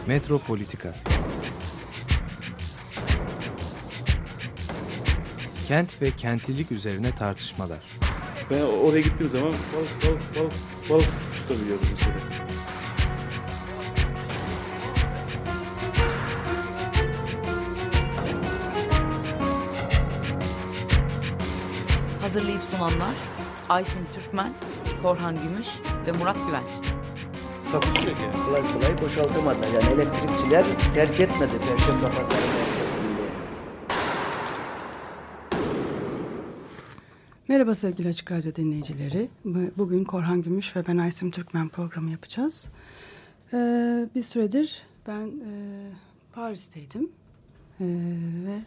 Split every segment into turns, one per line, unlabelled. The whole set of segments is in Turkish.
Metropolitika. Kent ve kentlilik üzerine tartışmalar.
Ben oraya gittiğim zaman balık tutabiliyordum mesela.
Hazırlayıp sunanlar Aysin Türkmen, Korhan Gümüş ve Murat Güvenç.
Takusuyor ki.
Kolay kolay boşaltamadı. Yani elektrikçiler terk etmedi Perşembe Pazarı merkezini.
Merhaba sevgili Açık Radyo dinleyicileri. Bugün Korhan Gümüş ve ben Aysim Türkmen programı yapacağız. Bir süredir ben Paris'teydim. Ve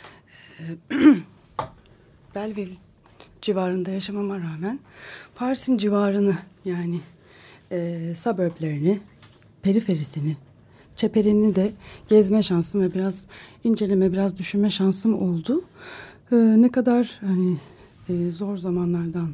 Belleville civarında yaşamama rağmen Paris'in civarını yani suburblerini, periferisini, çeperini de gezme şansım ve biraz inceleme, biraz düşünme şansım oldu. Ne kadar hani zor zamanlardan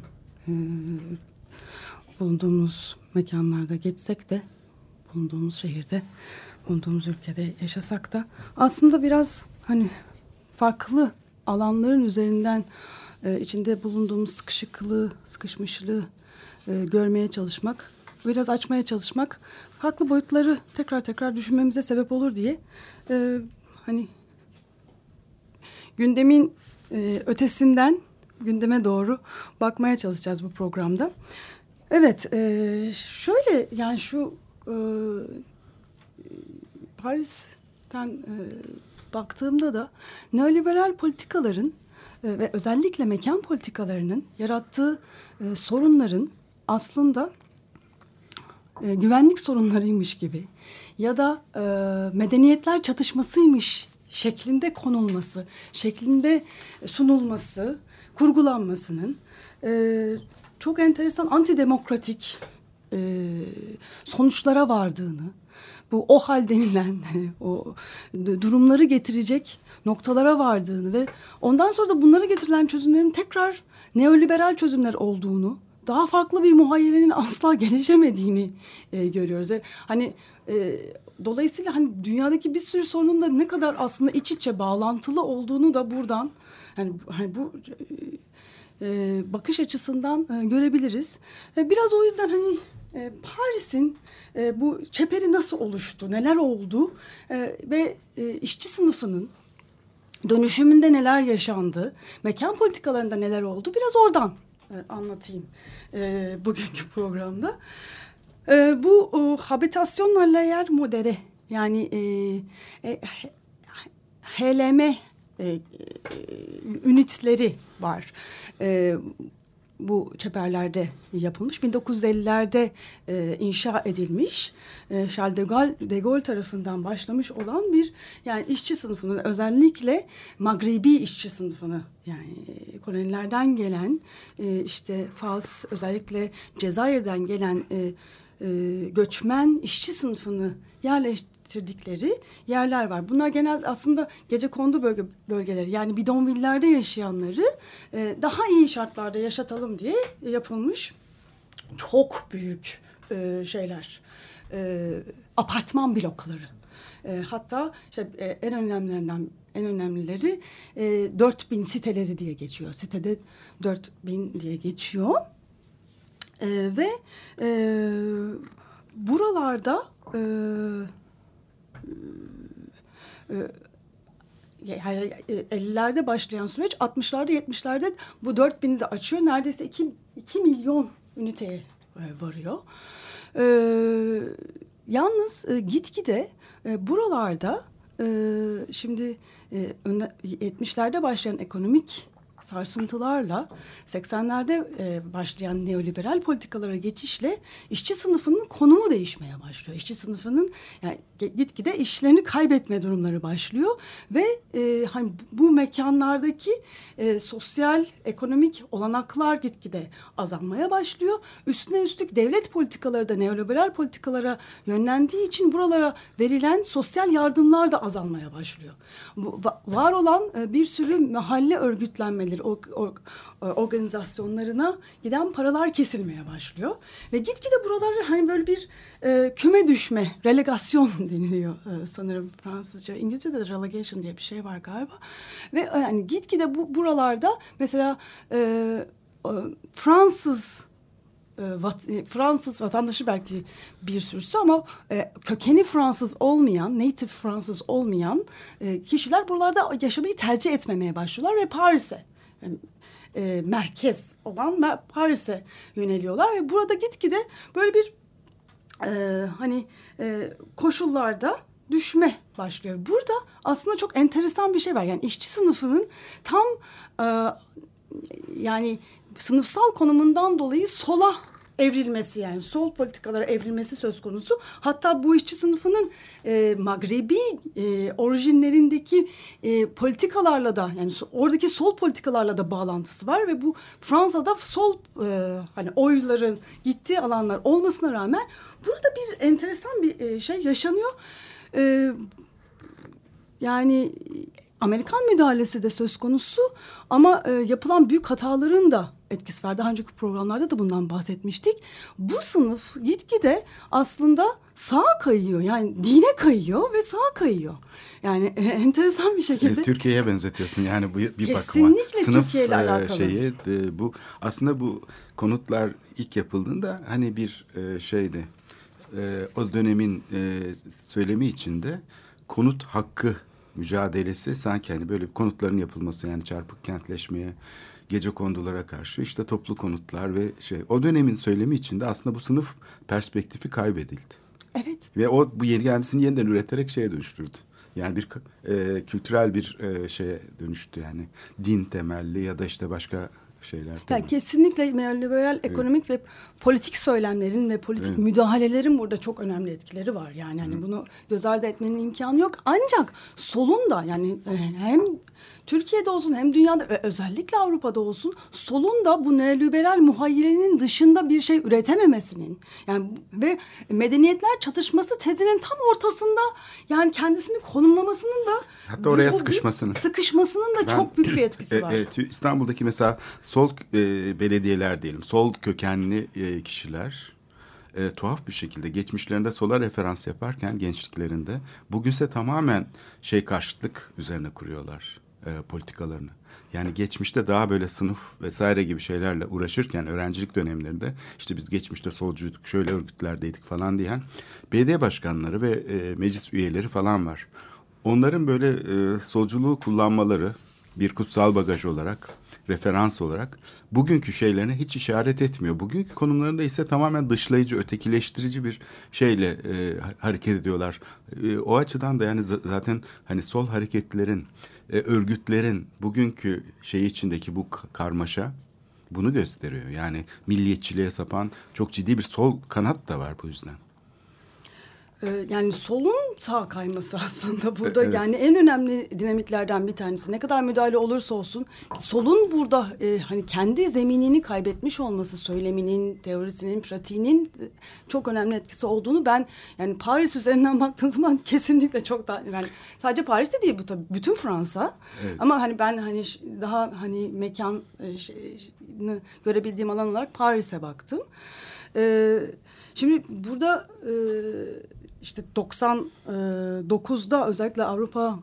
bulunduğumuz mekanlarda geçsek de, bulunduğumuz şehirde, bulunduğumuz ülkede yaşasak da aslında biraz hani farklı alanların üzerinden içinde bulunduğumuz sıkışmışlığı görmeye çalışmak, biraz açmaya çalışmak, farklı boyutları tekrar düşünmemize sebep olur diye hani gündemin ötesinden gündeme doğru bakmaya çalışacağız bu programda. Evet, şöyle yani şu Paris'ten baktığımda da neoliberal politikaların ve özellikle mekan politikalarının yarattığı sorunların aslında güvenlik sorunlarıymış gibi ya da medeniyetler çatışmasıymış şeklinde konulması, şeklinde sunulması, kurgulanmasının çok enteresan antidemokratik sonuçlara vardığını, bu o hal denilen o durumları getirecek noktalara vardığını ve ondan sonra da bunlara getirilen çözümlerin tekrar neoliberal çözümler olduğunu, daha farklı bir muhayyelenin asla gelişemediğini görüyoruz. Hani dolayısıyla hani dünyadaki bir sürü sorunun da ne kadar aslında iç içe bağlantılı olduğunu da buradan hani bu bakış açısından görebiliriz. Biraz o yüzden hani Paris'in bu çeperi nasıl oluştu, neler oldu ve işçi sınıfının dönüşümünde neler yaşandı, mekan politikalarında neler oldu biraz oradan anlatayım bugünkü programda. Bu habitasyon layer modere yani HLM ünitleri var. Bu çeperlerde yapılmış. 1950'lerde inşa edilmiş. Charles de Gaulle tarafından başlamış olan bir yani işçi sınıfının özellikle Magribi işçi sınıfını yani kolonilerden gelen işte Fas özellikle Cezayir'den gelen göçmen işçi sınıfını yerleştirdikleri yerler var. Bunlar genel aslında gecekondu bölgeleri yani bidonvillerde yaşayanları daha iyi şartlarda yaşatalım diye yapılmış çok büyük şeyler. Apartman blokları. Hatta işte en önemlileri 4000 siteleri diye geçiyor. Sitede 4000 diye geçiyor. Ve buralarda 50'lerde başlayan süreç 60'larda 70'lerde bu 4000'i de açıyor. Neredeyse 2 milyon üniteye varıyor. Yalnız gitgide buralarda şimdi 70'lerde başlayan ekonomik sarsıntılarla 80'lerde başlayan neoliberal politikalara geçişle işçi sınıfının konumu değişmeye başlıyor. İşçi sınıfının yani gitgide işlerini kaybetme durumları başlıyor ve hani bu mekanlardaki sosyal ekonomik olanaklar gitgide azalmaya başlıyor. Üstüne üstlük devlet politikaları da neoliberal politikalara yönlendiği için buralara verilen sosyal yardımlar da azalmaya başlıyor. Var olan bir sürü mahalle örgütlenmeleri örgütlenmeleri, organizasyonlarına giden paralar kesilmeye başlıyor. Ve gitgide buralar hani böyle bir küme düşme, relegasyon deniliyor sanırım Fransızca. İngilizce'de de relegation diye bir şey var galiba. Ve yani gitgide buralarda mesela Fransız vatandaşı belki bir sürüsü ama kökeni Fransız olmayan, native Fransız olmayan kişiler buralarda yaşamayı tercih etmemeye başlıyorlar ve Paris'e, merkez olan Paris'e yöneliyorlar ve burada gitgide böyle bir koşullarda düşme başlıyor. Burada aslında çok enteresan bir şey var. Yani işçi sınıfının tam yani sınıfsal konumundan dolayı sola evrilmesi, yani sol politikalara evrilmesi söz konusu. Hatta bu işçi sınıfının Magrebi orijinlerindeki politikalarla da, yani oradaki sol politikalarla da bağlantısı var ve bu Fransa'da sol hani oyların gittiği alanlar olmasına rağmen burada bir enteresan bir şey yaşanıyor. Yani Amerikan müdahalesi de söz konusu ama yapılan büyük hataların da etkisi var. Daha önceki programlarda da bundan bahsetmiştik. Bu sınıf gitgide aslında sağa kayıyor. Yani dine kayıyor ve sağa kayıyor. Yani enteresan bir şekilde.
Türkiye'ye benzetiyorsun yani bir bakıma.
Kesinlikle
Sınıf
Türkiye ile alakalı.
Bu aslında bu konutlar ilk yapıldığında hani bir şeydi. O dönemin söylemi içinde konut hakkı mücadelesi sanki hani böyle konutların yapılması, yani çarpık kentleşmeye, gecekondulara karşı işte toplu konutlar ve o dönemin söylemi içinde aslında bu sınıf perspektifi kaybedildi.
Evet.
Ve o bu kendisini yeniden üreterek şeye dönüştürdü. Yani bir kültürel bir şeye dönüştü, yani din temelli ya da işte başka şeyler.
Yani kesinlikle neoliberal ekonomik ve politik söylemlerin ve politik müdahalelerin burada çok önemli etkileri var. Yani hani bunu göz ardı etmenin imkanı yok. Ancak solun da, yani hem Türkiye'de olsun hem dünyada ve özellikle Avrupa'da olsun solun da bu neoliberal muhayyilenin dışında bir şey üretememesinin, yani ve medeniyetler çatışması tezinin tam ortasında yani kendisini konumlamasının da
hatta oraya sıkışmasının
da çok büyük bir etkisi var.
İstanbul'daki mesela sol belediyeler diyelim, sol kökenli kişiler tuhaf bir şekilde geçmişlerinde sola referans yaparken gençliklerinde bugünse tamamen karşıtlık üzerine kuruyorlar politikalarını. Yani geçmişte daha böyle sınıf vesaire gibi şeylerle uğraşırken öğrencilik dönemlerinde işte biz geçmişte solcuyduk, şöyle örgütlerdeydik falan diyen belediye başkanları ve meclis üyeleri falan var. Onların böyle solculuğu kullanmaları bir kutsal bagaj olarak, referans olarak bugünkü şeylerine hiç işaret etmiyor. Bugünkü konumlarında ise tamamen dışlayıcı, ötekileştirici bir şeyle hareket ediyorlar. O açıdan da yani zaten hani sol hareketlerin, örgütlerin bugünkü içindeki bu karmaşa bunu gösteriyor. Yani milliyetçiliğe sapan çok ciddi bir sol kanat da var bu yüzden.
Yani solun sağa kayması aslında burada yani en önemli dinamiklerden bir tanesi. Ne kadar müdahale olursa olsun solun burada hani kendi zeminini kaybetmiş olması, söyleminin, teorisinin, pratiğinin çok önemli etkisi olduğunu ben yani Paris üzerinden baktığım zaman kesinlikle çok daha, yani sadece Paris'te değil bu tabii bütün Fransa. Evet. Ama hani ben hani daha hani mekanı görebildiğim alan olarak Paris'e baktım. Şimdi burada işte 99'da özellikle Avrupa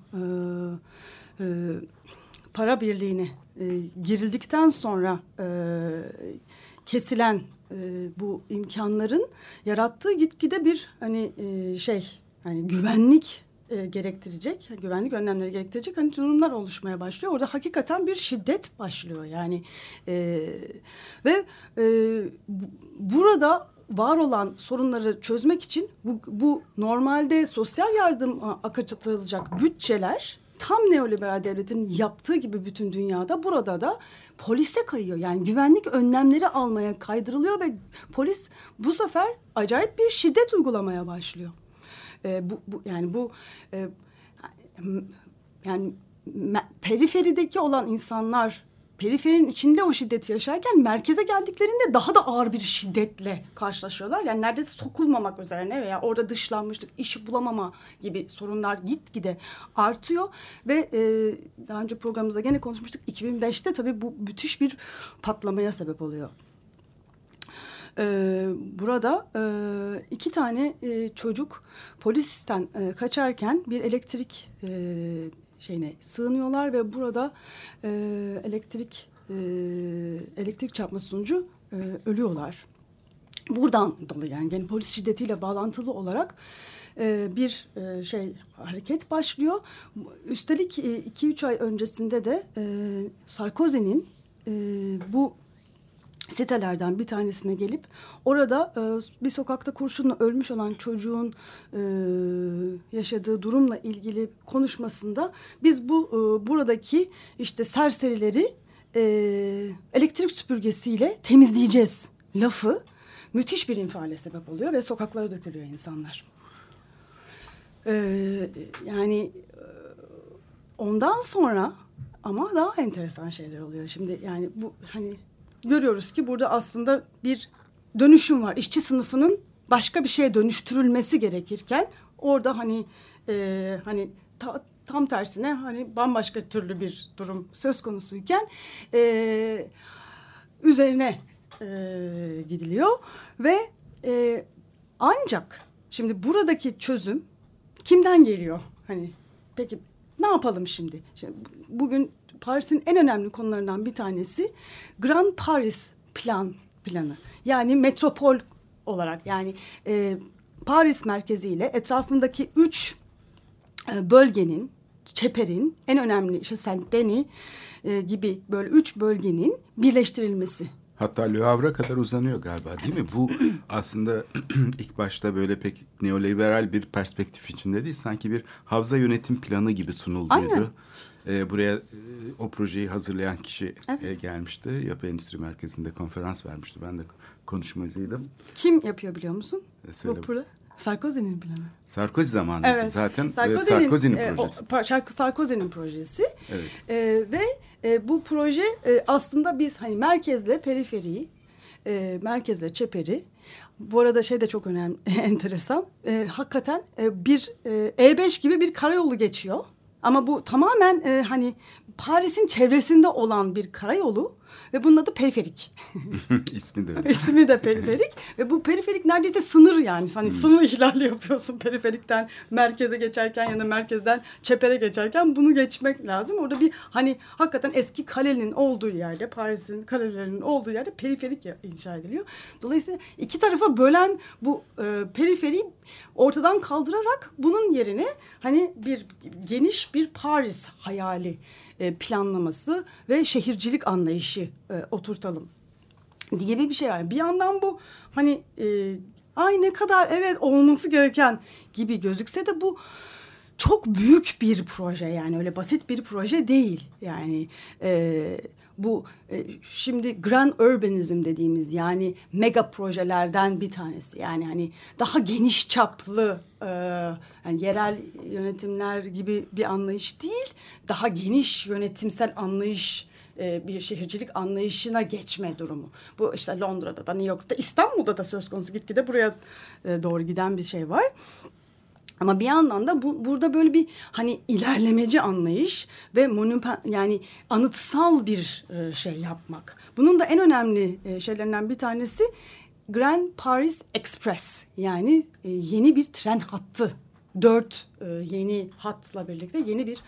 Para Birliği'ne girildikten sonra kesilen bu imkanların yarattığı gitgide bir hani hani güvenlik güvenlik önlemleri gerektirecek hani durumlar oluşmaya başlıyor. Orada hakikaten bir şiddet başlıyor yani ve burada var olan sorunları çözmek için bu normalde sosyal yardım akıtılacak bütçeler tam neoliberal devletin yaptığı gibi bütün dünyada burada da polise kayıyor. Yani güvenlik önlemleri almaya kaydırılıyor ve polis bu sefer acayip bir şiddet uygulamaya başlıyor. Periferideki olan insanlar periferinin içinde o şiddeti yaşarken merkeze geldiklerinde daha da ağır bir şiddetle karşılaşıyorlar. Yani neredeyse sokulmamak üzerine veya orada dışlanmışlık, işi bulamama gibi sorunlar gitgide artıyor. Ve daha önce programımızda gene konuşmuştuk. 2005'te tabii bu müthiş bir patlamaya sebep oluyor. Burada 2 tane çocuk polisten kaçarken bir elektrik şeyine sığınıyorlar ve burada elektrik çarpması sonucu ölüyorlar. Buradan dolayı yani polis şiddetiyle bağlantılı olarak bir hareket başlıyor. Üstelik 2-3 ay öncesinde de Sarkozy'nin bu sitelerden bir tanesine gelip orada bir sokakta kurşunla ölmüş olan çocuğun yaşadığı durumla ilgili konuşmasında biz buradaki işte serserileri elektrik süpürgesiyle temizleyeceğiz lafı müthiş bir infiale sebep oluyor ve sokaklara dökülüyor insanlar. Yani ondan sonra ama daha enteresan şeyler oluyor. Şimdi yani bu hani görüyoruz ki burada aslında bir dönüşüm var. İşçi sınıfının başka bir şeye dönüştürülmesi gerekirken orada tam tersine hani bambaşka türlü bir durum söz konusuyken üzerine gidiliyor ve ancak şimdi buradaki çözüm kimden geliyor? Hani peki ne yapalım şimdi? Bugün Paris'in en önemli konularından bir tanesi Grand Paris planı. Yani metropol olarak yani Paris merkeziyle etrafındaki 3 bölgenin, çeperin en önemli işte Saint-Denis gibi böyle 3 bölgenin birleştirilmesi.
Hatta Le Havre'a kadar uzanıyor galiba değil mi? Bu aslında ilk başta böyle pek neoliberal bir perspektif içinde değil. Sanki bir havza yönetim planı gibi sunulduydu. Buraya o projeyi hazırlayan kişi gelmişti. Yapı Endüstri Merkezi'nde konferans vermişti. Ben de konuşmacıydım.
Kim yapıyor biliyor musun?
Söyle.
Bu Sarkozy'nin planı.
Sarkozy zamanıydı zaten. Sarkozy'nin projesi.
Sarkozy'nin projesi.
Evet.
Ve bu proje aslında biz hani merkezle periferiyi, merkezle çeperi. Bu arada şey de çok önemli, enteresan. Hakikaten bir E5 gibi bir karayolu geçiyor. Ama bu tamamen hani Paris'in çevresinde olan bir karayolu ve bunun adı periferik.
İsmi de öyle.
İsmi de periferik ve bu periferik neredeyse sınır yani. Hani sınır ihlali yapıyorsun periferikten merkeze geçerken ya da merkezden çepere geçerken bunu geçmek lazım. Orada bir hani hakikaten eski kalenin olduğu yerde, Paris'in kalelerinin olduğu yerde periferik inşa ediliyor. Dolayısıyla iki tarafa bölen bu periferiyi ortadan kaldırarak bunun yerine hani bir geniş bir Paris hayali planlaması ve şehircilik anlayışı oturtalım gibi bir şey var. Bir yandan bu hani ay ne kadar evet olması gereken gibi gözükse de bu çok büyük bir proje yani öyle basit bir proje değil yani bu şimdi Grand Urbanism dediğimiz yani mega projelerden bir tanesi yani hani daha geniş çaplı yani yerel yönetimler gibi bir anlayış değil daha geniş yönetimsel anlayış bir şehircilik anlayışına geçme durumu. Bu işte Londra'da da New York'ta İstanbul'da da söz konusu gitgide buraya doğru giden bir şey var. Ama bir yandan da burada böyle bir hani ilerlemeci anlayış ve yani anıtsal bir şey yapmak. Bunun da en önemli şeylerinden bir tanesi Grand Paris Express yani yeni bir tren hattı. 4 yeni hatla birlikte yeni bir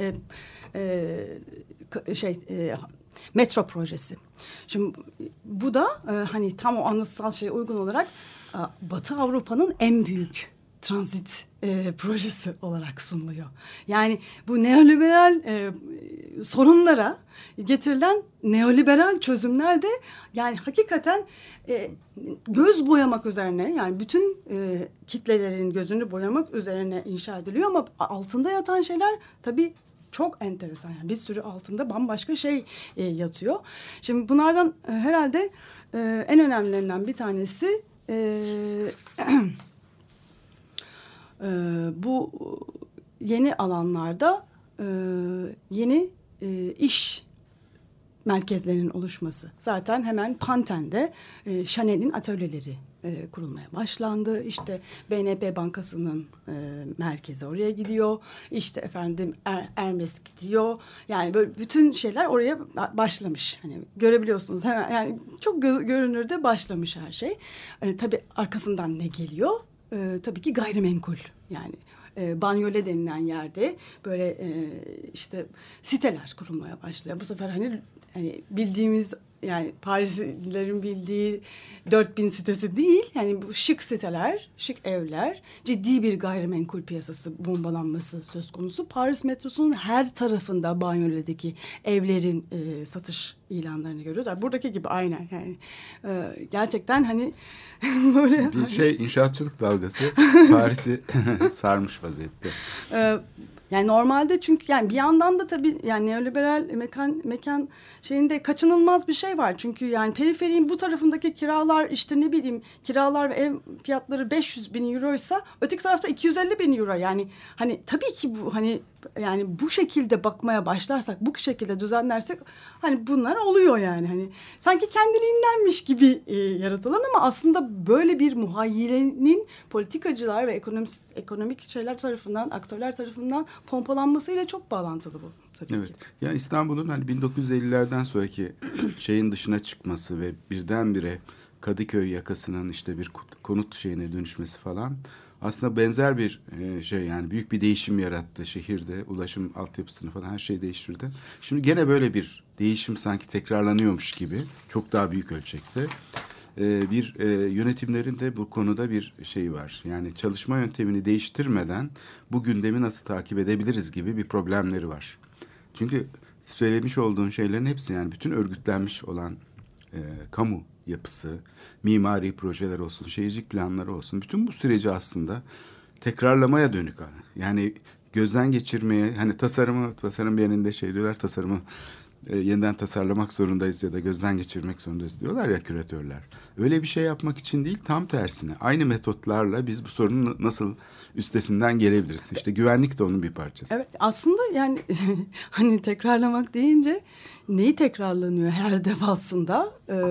metro projesi. Şimdi bu da hani tam o anıtsal şeye uygun olarak Batı Avrupa'nın en büyük transit projesi olarak sunuluyor. Yani bu neoliberal sorunlara getirilen neoliberal çözümler de yani hakikaten göz boyamak üzerine yani bütün kitlelerin gözünü boyamak üzerine inşa ediliyor ama altında yatan şeyler tabii çok enteresan. Yani bir sürü altında bambaşka şey yatıyor. Şimdi bunlardan herhalde en önemlilerinden bir tanesi bu yeni alanlarda yeni iş merkezlerinin oluşması. Zaten hemen Panten'de Chanel'in atölyeleri kurulmaya başlandı. İşte BNP Bankası'nın merkezi oraya gidiyor. İşte efendim Hermes gidiyor. Yani böyle bütün şeyler oraya başlamış. Hani görebiliyorsunuz hemen, yani çok görünürde başlamış her şey. Tabii arkasından ne geliyor? Tabii ki gayrimenkul. Yani Banyole denilen yerde böyle işte siteler kurulmaya başlıyor. Bu sefer hani bildiğimiz, yani Parislilerin bildiği 4000 sitesi değil. Yani bu şık siteler, şık evler, ciddi bir gayrimenkul piyasası bombalanması söz konusu. Paris metrosunun her tarafında Banyole'deki evlerin satış ilanlarını görüyoruz. Yani buradaki gibi aynen, yani gerçekten hani böyle
bir inşaatçılık dalgası Paris'i sarmış vaziyette.
Yani normalde, çünkü yani bir yandan da tabii yani neoliberal mekan şeyinde kaçınılmaz bir şey var. Çünkü yani periferinin bu tarafındaki kiralar, işte ne bileyim, kiralar ve ev fiyatları 500.000 euroysa öteki tarafta 250.000 euro. Yani hani tabii ki bu, hani yani bu şekilde bakmaya başlarsak, bu şekilde düzenlersek hani bunlar oluyor yani. Hani sanki kendiliğindenmiş gibi yaratılan, ama aslında böyle bir muhayyilenin politikacılar ve ekonomik şeyler tarafından, aktörler tarafından pompalanmasıyla çok bağlantılı bu. Tabii
evet.
ki.
Yani İstanbul'un hani 1950'lerden sonraki şeyin dışına çıkması ve birdenbire Kadıköy yakasının işte bir konut şeyine dönüşmesi falan aslında benzer bir şey, yani büyük bir değişim yarattı şehirde, ulaşım altyapısını falan, her şeyi değiştirdi. Şimdi gene böyle bir değişim sanki tekrarlanıyormuş gibi, çok daha büyük ölçekte. Bir yönetimlerin de bu konuda bir şeyi var. Yani çalışma yöntemini değiştirmeden bu gündemi nasıl takip edebiliriz gibi bir problemleri var. Çünkü söylemiş olduğun şeylerin hepsi, yani bütün örgütlenmiş olan kamu yapısı, mimari projeler olsun, şehircilik planları olsun, bütün bu süreci aslında tekrarlamaya dönük. Yani gözden geçirmeye, hani tasarım bir yerinde şey diyorlar, tasarımı yeniden tasarlamak zorundayız ya da gözden geçirmek zorundayız diyorlar ya küratörler. Öyle bir şey yapmak için değil, tam tersine aynı metotlarla biz bu sorunun nasıl üstesinden gelebiliriz? İşte güvenlik de onun bir parçası.
Evet, aslında yani hani tekrarlamak deyince neyi tekrarlanıyor her defasında?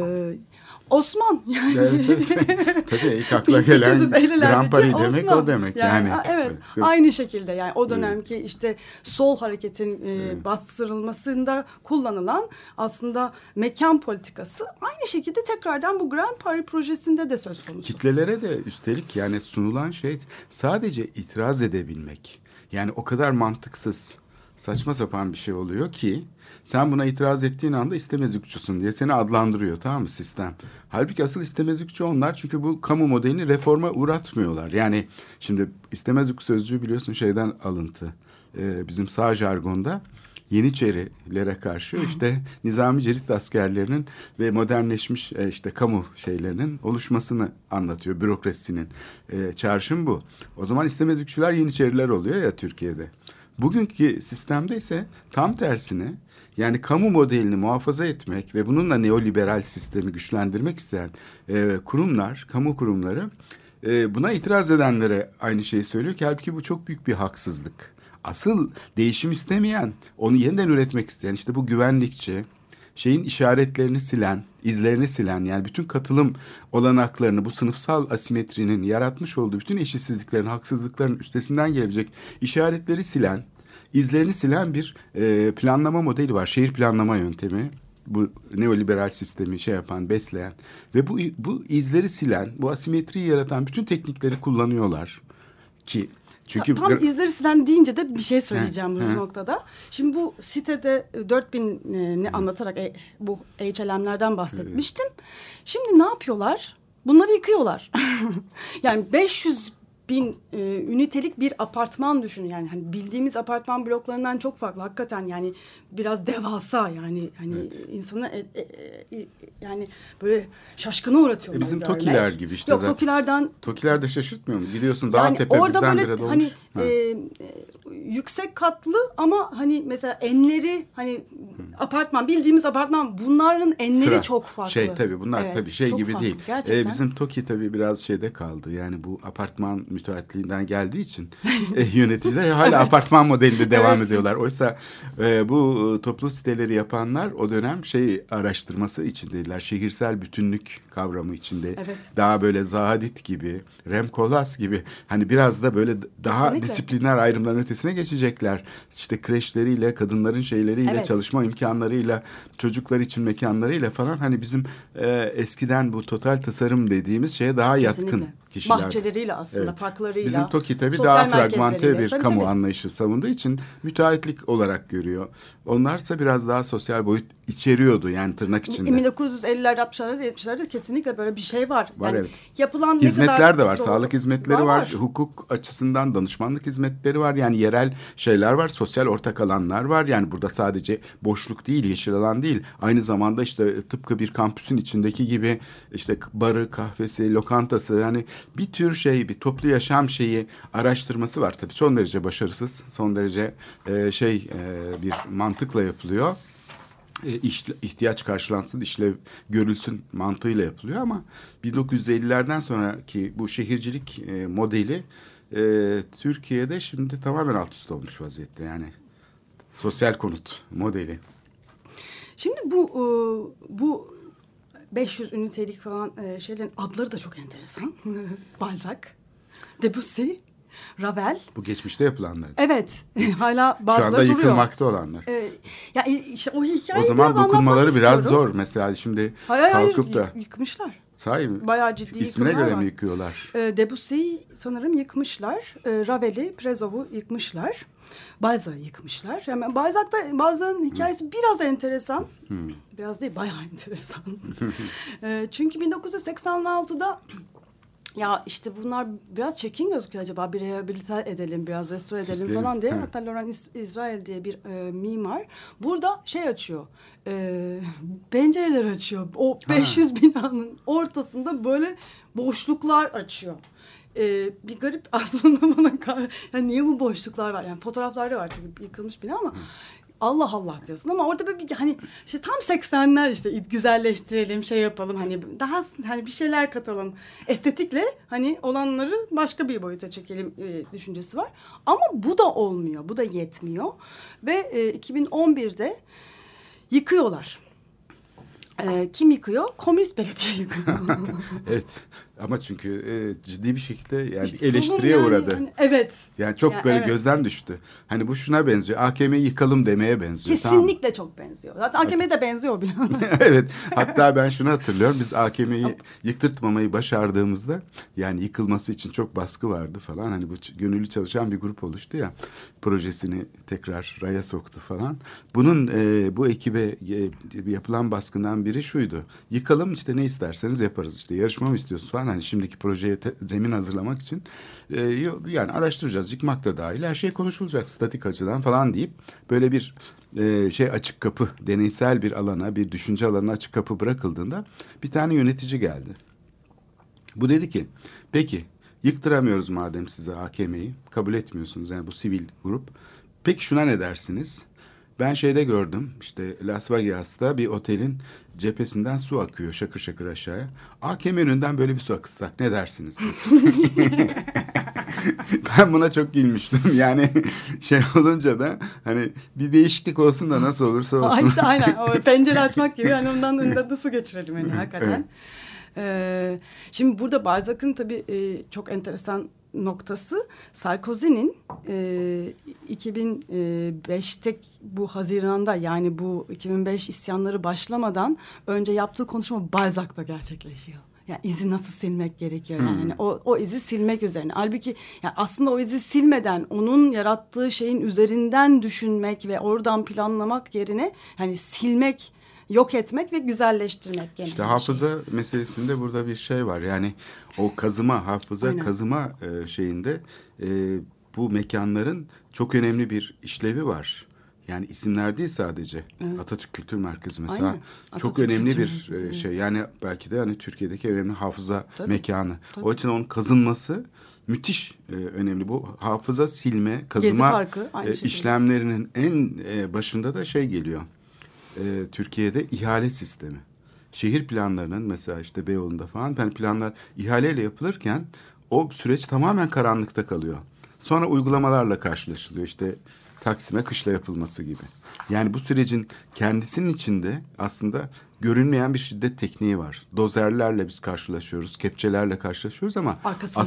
Osman yani.
Evet. Tabii ilk akla gelen Grand Paris demek o demek yani.
Evet, aynı şekilde yani o dönemki işte sol hareketin bastırılmasında kullanılan aslında mekan politikası aynı şekilde tekrardan bu Grand Paris projesinde de söz konusu.
Kitlelere de üstelik yani sunulan şey sadece itiraz edebilmek. Yani o kadar mantıksız, saçma sapan bir şey oluyor ki sen buna itiraz ettiğin anda istemezlikçisin diye seni adlandırıyor, tamam mı, sistem? Halbuki asıl istemezlikçi onlar, çünkü bu kamu modelini reforma uğratmıyorlar. Yani şimdi istemezlik sözcüğü biliyorsun şeyden alıntı. Bizim sağ jargonda Yeniçerilere karşı işte Nizami Cerit askerlerinin ve modernleşmiş işte kamu şeylerinin oluşmasını anlatıyor, bürokrasinin. Çağrışım bu. O zaman istemezlikçiler Yeniçeriler oluyor ya Türkiye'de. Bugünkü sistemde ise tam tersine, yani kamu modelini muhafaza etmek ve bununla neoliberal sistemi güçlendirmek isteyen kurumlar, kamu kurumları buna itiraz edenlere aynı şeyi söylüyor ki halbuki bu çok büyük bir haksızlık. Asıl değişim istemeyen, onu yeniden üretmek isteyen, işte bu güvenlikçi, şeyin işaretlerini silen, izlerini silen, yani bütün katılım olanaklarını, bu sınıfsal asimetrinin yaratmış olduğu bütün eşitsizliklerin, haksızlıkların üstesinden gelebilecek işaretleri silen, izlerini silen bir planlama modeli var. Şehir planlama yöntemi. Bu neoliberal sistemi besleyen ve bu izleri silen, bu asimetriyi yaratan bütün teknikleri kullanıyorlar ki çünkü
tam izleri silen deyince de bir şey söyleyeceğim bu noktada. Şimdi bu sitede 4000'i anlatarak bu HLM'lerden bahsetmiştim. Şimdi ne yapıyorlar? Bunları yıkıyorlar. Yani 500.000 ünitelik bir apartman düşünün. Yani hani bildiğimiz apartman bloklarından çok farklı. Hakikaten yani biraz devasa, yani hani insanı yani böyle şaşkına uğratıyor.
Bizim TOKİ'ler gibi işte.
Yok,
zaten.
TOKİ'lerden.
TOKİ'ler de şaşırtmıyor mu? Gidiyorsun dağ
Yani
tepe
orada
birdenbire
böyle
dolmuş.
hani yüksek katlı ama hani mesela enleri hani apartman, bildiğimiz apartman, bunların enleri çok farklı.
Tabii bunlar
Evet,
tabii şey
çok
gibi
farklı.
değil.
Gerçekten.
Bizim TOKİ tabii biraz şeyde kaldı. Yani bu apartman müteahhitliğinden geldiği için yöneticiler hala apartman modelinde devam ediyorlar. Oysa bu toplu siteleri yapanlar o dönem şey araştırması içindeydiler. Şehirsel bütünlük kavramı içinde.
Evet.
Daha böyle Zahadit gibi, Rem Koolhaas gibi hani biraz da böyle daha
Kesinlikle.
disipliner ayrımların ötesine geçecekler. İşte kreşleriyle, kadınların şeyleriyle,
Evet.
çalışma imkanlarıyla, çocuklar için mekanlarıyla falan hani bizim eskiden bu total tasarım dediğimiz şeye daha
Kesinlikle.
yatkın kişiler.
Bahçeleriyle aslında,
Evet.
parklarıyla.
Bizim TOKİ tabii
sosyal
daha fragmente
merkezleriyle.
bir
Tabii,
kamu
tabii.
anlayışı savunduğu için müteahhitlik olarak görüyor. Onlarsa biraz daha sosyal boyut içeriyordu yani tırnak içinde.
1950'lerde, 60'larda, 70'lerde kesinlikle böyle bir şey var.
Var,
Yani
evet.
yapılan ne
Hizmetler
kadar
de var.
doğru-
Sağlık hizmetleri var. Hukuk açısından danışmanlık hizmetleri var. Yani yerel şeyler var. Sosyal ortak alanlar var. Yani burada sadece boşluk değil, yeşil alan değil. Aynı zamanda işte tıpkı bir kampüsün içindeki gibi işte barı, kahvesi, lokantası, yani bir tür şey, bir toplu yaşam şeyi araştırması var. Tabii son derece başarısız, son derece bir mantıkla yapılıyor. İhtiyaç karşılansın, işlev görülsün mantığıyla yapılıyor ama 1950'lerden sonraki bu şehircilik modeli Türkiye'de şimdi tamamen alt üst olmuş vaziyette. Yani sosyal konut modeli.
Şimdi bu 500 ünitelik falan şeylerin adları da çok enteresan. Balzac, Debussy, Ravel.
Bu geçmişte yapılanlar.
Evet. Hala
Şu
bazıları
anda
duruyor.
yıkılmakta olanlar.
Ya işte o hikayeyi
O zaman
biraz
dokunmaları
anlatmak
biraz
istiyorum.
zor. Mesela şimdi
Hayır,
kalkıp da
yıkmışlar.
sahi mi?
Bayağı ciddi
İsmine
yıkımlar
göre
var.
mi yıkıyorlar?
Debussy'yi sanırım yıkmışlar. Ravel'i, Prezov'u yıkmışlar. Balzac'ı yıkmışlar. Hemen Balzac'ın hikayesi biraz enteresan. Biraz değil, bayağı enteresan. Çünkü 1986'da ya işte bunlar biraz çirkin gözüküyor, acaba bir rehabilite edelim, biraz restore edelim
Süsleyelim.
falan diye.
Evet.
Hatta Laurent Israel diye bir mimar burada şey açıyor. Pencereler açıyor. O 500 binanın ortasında böyle boşluklar açıyor. Bir garip aslında bana yani niye bu boşluklar var? Yani fotoğraflarda var çünkü yıkılmış bina ama Allah Allah diyorsun ama orada böyle bir hani işte tam 80'ler işte güzelleştirelim, şey yapalım, hani daha hani bir şeyler katalım. Estetikle hani olanları başka bir boyuta çekelim düşüncesi var. Ama bu da olmuyor. Bu da yetmiyor. Ve 2011'de yıkıyorlar. Kim yıkıyor? Komünist belediye yıkıyor.
Evet. Ama çünkü ciddi bir şekilde yani
İşte
eleştiriye
yani,
uğradı.
hani, evet.
Yani çok
Yani
böyle
evet.
gözden düştü. Hani bu şuna benziyor. AKM'yi yıkalım demeye benziyor.
Kesinlikle çok benziyor. Zaten AKM'ye de benziyor bile.
Evet. Hatta ben şunu hatırlıyorum. Biz AKM'yi yıktırtmamayı başardığımızda yani yıkılması için çok baskı vardı falan. Hani bu gönüllü çalışan bir grup oluştu ya. Projesini tekrar raya soktu falan. Bunun bu ekibe yapılan baskından biri şuydu. Yıkalım, işte ne isterseniz yaparız. İşte yarışma mı istiyorsunuz falan. Hani şimdiki projeye zemin hazırlamak için yani araştıracağız. Yıkmak da dahil. Her şey konuşulacak statik açıdan falan deyip böyle bir açık kapı, deneysel bir alana, bir düşünce alanına açık kapı bırakıldığında bir tane yönetici geldi. Bu dedi ki, peki yıktıramıyoruz madem size AKM'yi, kabul etmiyorsunuz yani bu sivil grup. Peki şuna ne dersiniz? Ben şeyde gördüm, işte Las Vegas'ta bir otelin cephesinden su akıyor şakır şakır aşağıya. AKM önünden böyle bir su akıtsak ne dersiniz? Ben buna çok gülmüştüm. Yani şey olunca da hani bir değişiklik olsun da nasıl olursa olsun.
İşte aynen o pencere açmak gibi, yani ondan önünde de su geçirelim yani hakikaten.
Evet.
Şimdi burada Balzac'ın tabii çok enteresan noktası, Sarkozy'nin 2005'te bu Haziran'da, yani bu 2005 isyanları başlamadan önce yaptığı konuşma Balzac'ta gerçekleşiyor. Yani izi nasıl silmek gerekiyor yani hani o izi silmek üzerine. Halbuki yani aslında o izi silmeden onun yarattığı şeyin üzerinden düşünmek ve oradan planlamak yerine hani silmek, yok etmek ve güzelleştirmek gene.
İşte hafıza meselesinde burada bir şey var. Yani o kazıma, hafıza
Aynen.
kazıma şeyinde bu mekanların çok önemli bir işlevi var. Yani isimler değil sadece.
Evet.
Atatürk Kültür Merkezi mesela
Aynen.
çok
Atatürk
önemli
Kültür
bir
Merkezi.
şey. Yani belki de hani Türkiye'deki önemli hafıza
Tabii.
mekanı.
Tabii.
O açıdan onun kazınması müthiş önemli. Bu hafıza silme,
Gezi
kazıma
Parkı aynı şekilde.
işlemlerinin en başında da şey geliyor. Türkiye'de ihale sistemi. Şehir planlarının mesela işte Beyoğlu'nda falan planlar ihaleyle yapılırken o süreç tamamen karanlıkta kalıyor. Sonra uygulamalarla karşılaşılıyor. İşte Taksim'e kışla yapılması gibi. Yani bu sürecin kendisinin içinde aslında görünmeyen bir şiddet tekniği var. Dozerlerle biz karşılaşıyoruz, kepçelerle karşılaşıyoruz ama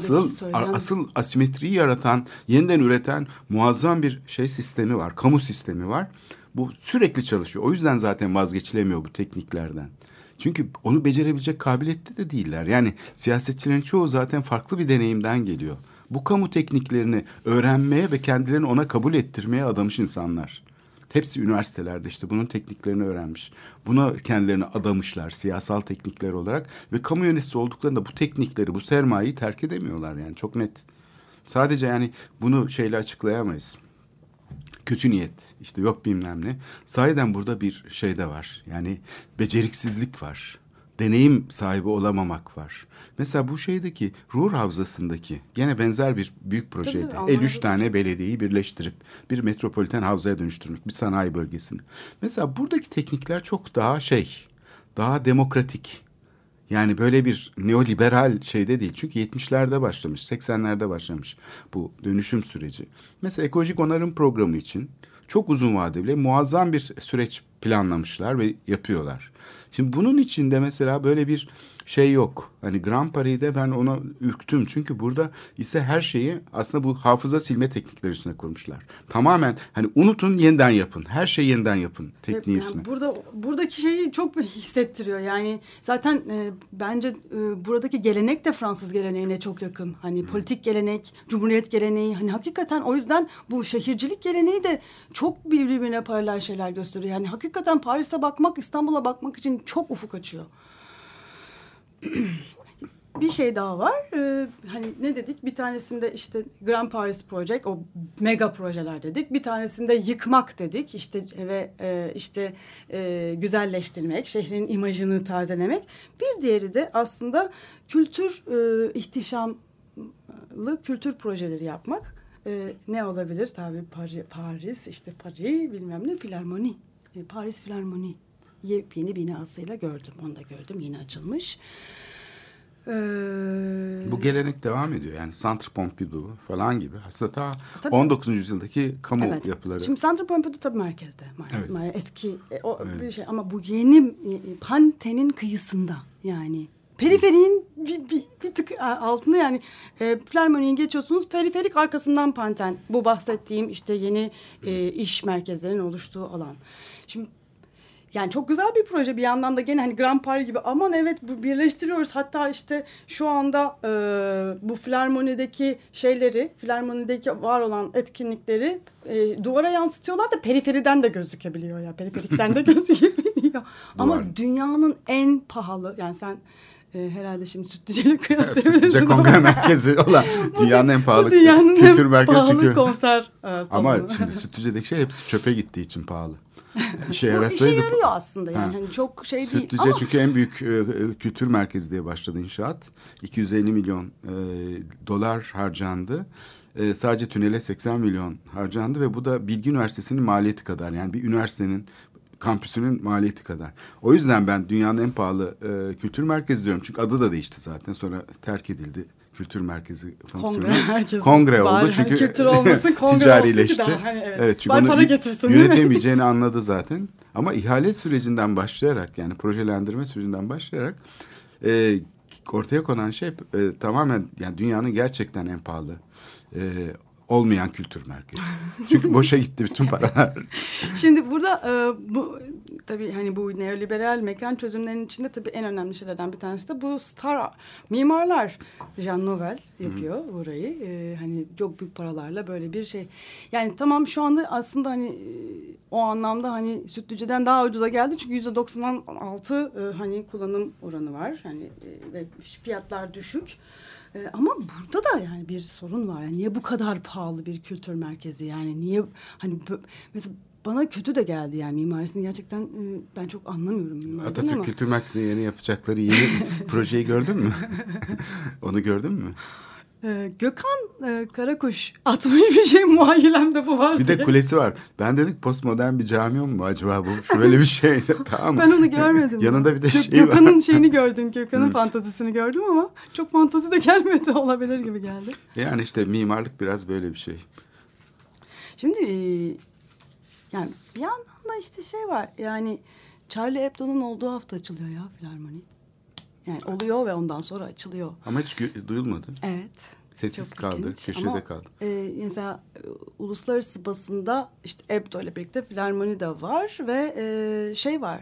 asıl asimetriyi yaratan, yeniden üreten muazzam bir sistemi var, kamu sistemi var. Bu sürekli çalışıyor. O yüzden zaten vazgeçilemiyor bu tekniklerden. Çünkü onu becerebilecek kabiliyette de değiller. Yani siyasetçilerin çoğu zaten farklı bir deneyimden geliyor. Bu kamu tekniklerini öğrenmeye ve kendilerini ona kabul ettirmeye adamış insanlar. Hepsi üniversitelerde işte bunun tekniklerini öğrenmiş. Buna kendilerini adamışlar siyasal teknikler olarak ve kamu yöneticisi olduklarında bu teknikleri, bu sermayeyi terk edemiyorlar yani çok net. Sadece yani bunu şeyle açıklayamayız. Kötü niyet, işte yok bilmem ne. Sahiden burada bir şey de var. Yani beceriksizlik var. Deneyim sahibi olamamak var. Mesela bu şeydeki Ruhr Havzası'ndaki gene benzer bir büyük projeydi. 53 tane belediyeyi birleştirip bir metropoliten havzaya dönüştürmek, bir sanayi bölgesini. Mesela buradaki teknikler çok daha daha demokratik. Yani böyle bir neoliberal şeyde değil. Çünkü 70'lerde başlamış, 80'lerde başlamış bu dönüşüm süreci. Mesela ekolojik onarım programı için çok uzun vadeli muazzam bir süreç planlamışlar ve yapıyorlar. Şimdi bunun içinde mesela böyle bir şey yok. Hani Grand Paris'de ben ona ürktüm. Çünkü burada ise her şeyi aslında bu hafıza silme teknikleri üstüne kurmuşlar. Tamamen hani unutun yeniden yapın. Her şeyi yeniden yapın tekniği
yani
üstüne.
Buradaki şeyi çok hissettiriyor. Yani zaten bence buradaki gelenek de Fransız geleneğine çok yakın. Hani politik gelenek, cumhuriyet geleneği. Hani hakikaten o yüzden bu şehircilik geleneği de çok birbirine paralel şeyler gösteriyor. Yani hakikaten Paris'e bakmak, İstanbul'a bakmak için çok ufuk açıyor. Bir şey daha var. Hani ne dedik? Bir tanesinde işte Grand Paris Project, o mega projeler dedik. Bir tanesinde yıkmak dedik. İşte güzelleştirmek, şehrin imajını tazelemek. Bir diğeri de aslında ihtişamlı kültür projeleri yapmak. Ne olabilir? Tabii Paris, işte Paris bilmem ne, Filarmoni. Paris Filarmoni. Yepyeni binasıyla gördüm. Onu da gördüm. Yeni açılmış.
Bu gelenek devam ediyor. Yani Centre Pompidou falan gibi. Aslında ta
tabii,
19. yüzyıldaki kamu yapıları.
Şimdi Centre Pompidou tabii merkezde.
Evet.
Eski bir şey. Ama bu yeni Pantheon'in kıyısında yani. Periferiğin bir tık altında yani Filarmoni'yi geçiyorsunuz. Periferik arkasından Pantheon. Bu bahsettiğim işte yeni iş merkezlerinin oluştuğu alan. Şimdi yani çok güzel bir proje bir yandan da gene hani Grand Paris gibi aman evet birleştiriyoruz. Hatta işte şu anda bu Filarmoni'deki Filarmoni'deki var olan etkinlikleri duvara yansıtıyorlar da periferiden de gözükebiliyor ya. Periferikten de gözükebiliyor. Ama dünyanın en pahalı yani sen herhalde şimdi Sütlüce'yle kıyaslayabilirsin.
Sütlüce Kongre Merkezi olan dünyanın en pahalı kültür merkezi.
Pahalı konser salonu.
Ama şimdi Sütlüce'deki hepsi çöpe gittiği için pahalı. İşe
yarıyor aslında yani. Hani çok değil.
Sütlüce çünkü en büyük kültür merkezi diye başladı inşaat. 250 milyon dolar harcandı. Sadece tünele 80 milyon harcandı ve bu da Bilgi Üniversitesi'nin maliyeti kadar. Yani bir üniversitenin kampüsünün maliyeti kadar. O yüzden ben dünyanın en pahalı kültür merkezi diyorum. Çünkü adı da değişti zaten. Sonra terk edildi. Kültür merkezi fonksiyonu. Kongre oldu çünkü
kültür olmasın, kongre
ticarileşti.
Olsun hani
evet çünkü onu yönetemeyeceğini anladı zaten. Ama ihale sürecinden başlayarak yani projelendirme sürecinden başlayarak ortaya konan şey tamamen yani dünyanın gerçekten en pahalı olmayan kültür merkezi. Çünkü boşa gitti bütün paralar.
Şimdi burada bu tabii hani bu neoliberal mekan çözümlerinin içinde tabii en önemli şeylerden bir tanesi de bu star mimarlar. Jean Nouvel yapıyor burayı. Hani çok büyük paralarla böyle bir şey. Yani tamam şu anda aslında hani o anlamda hani Sütlüce'den daha ucuza geldi. Çünkü %96 hani kullanım oranı var. Hani ve fiyatlar düşük. Ama burada da yani bir sorun var. Yani niye bu kadar pahalı bir kültür merkezi? Yani niye hani mesela bana kötü de geldi yani mimarisini gerçekten ben çok anlamıyorum mimariden
Atatürk
ama.
Kültür Merkezi'ne yeni yapacakları yeni projeyi gördün mü? Onu gördün mü?
Gökhan Karakuş atmış bir şey muayyelemde bu var
Bir
diye.
de kulesi var. Ben dedik postmodern bir cami mu acaba bu? Şöyle bir şey. Tamam mı?
Ben onu görmedim.
Yanında bir de şey var.
Gökhan'ın şeyini gördüm. Gökhan'ın fantazisini gördüm ama çok fantezi de gelmedi. Olabilir gibi geldi.
Yani işte mimarlık biraz böyle bir şey.
Şimdi yani bir yandan da işte şey var. Yani Charlie Hebdo'nun olduğu hafta açılıyor ya filarmoni. Yani oluyor ve ondan sonra açılıyor.
Ama hiç duyulmadı.
Evet.
Sessiz
Çok
kaldı,
ilginç.
köşede
ama,
kaldı.
Mesela uluslararası basında işte Hebdo ile birlikte filarmoni de var ve şey var.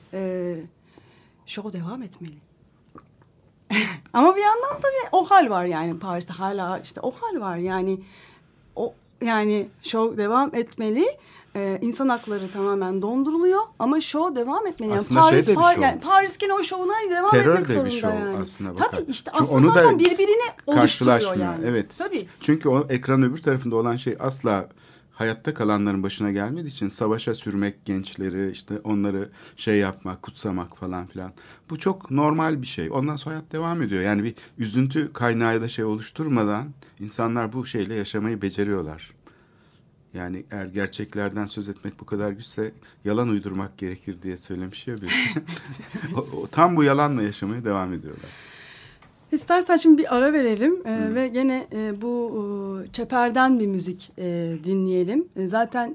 Show devam etmeli. Ama bir yandan tabii o hal var yani Paris'te hala işte o hal var yani o yani show devam etmeli. İnsan hakları tamamen donduruluyor ama show devam etmeli. Yani
aslında şey de bir show.
Yani Paris gene o şovuna devam
Terör
etmek
de
zorunda
bir show
yani.
aslına bakar.
Tabii işte
Çünkü
aslında
onu da
zaten birbirini oluşturuyor
karşılaşmıyor.
yani.
Evet.
Tabii.
Çünkü o ekran öbür tarafında olan şey asla hayatta kalanların başına gelmediği için savaşa sürmek gençleri işte onları şey yapmak, kutsamak falan filan. Bu çok normal bir şey. Ondan sonra hayat devam ediyor. Yani bir üzüntü kaynağı da şey oluşturmadan insanlar bu şeyle yaşamayı beceriyorlar. Yani eğer gerçeklerden söz etmek bu kadar güçse yalan uydurmak gerekir diye söylemiş ya birisi. Tam bu yalanla yaşamaya devam ediyorlar.
İstersen şimdi bir ara verelim ve gene bu Çeper'den bir müzik dinleyelim. Zaten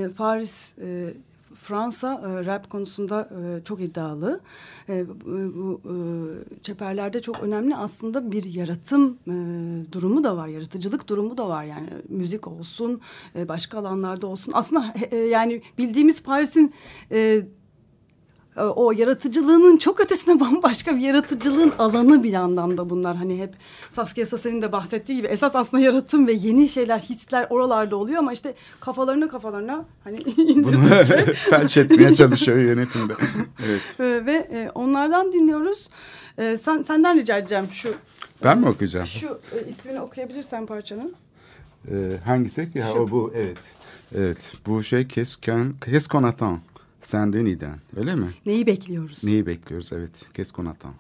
Fransa rap konusunda çok iddialı. Bu Çeperlerde çok önemli aslında bir yaratım durumu da var, yaratıcılık durumu da var. Yani müzik olsun, başka alanlarda olsun. Aslında yani bildiğimiz Paris'in o yaratıcılığının çok ötesine bambaşka bir yaratıcılığın alanı bir yandan da bunlar. Hani hep Saskia Sassen'in de bahsettiği gibi esas aslında yaratım ve yeni şeyler, hisler oralarda oluyor ama işte kafalarına hani
bunu felç etmeye çalışıyor yönetimde. Evet.
Ve onlardan dinliyoruz. Senden rica edeceğim şu.
Ben mi okuyacağım?
Şu ismini okuyabilirsen parçanın.
Hangisi? Ya o bu evet. Evet. Bu şey Qu'est-ce qu'on attend? Saint-Denis'den. Öyle mi?
Neyi bekliyoruz?
Neyi bekliyoruz? Evet. Qu'est-ce qu'on attend?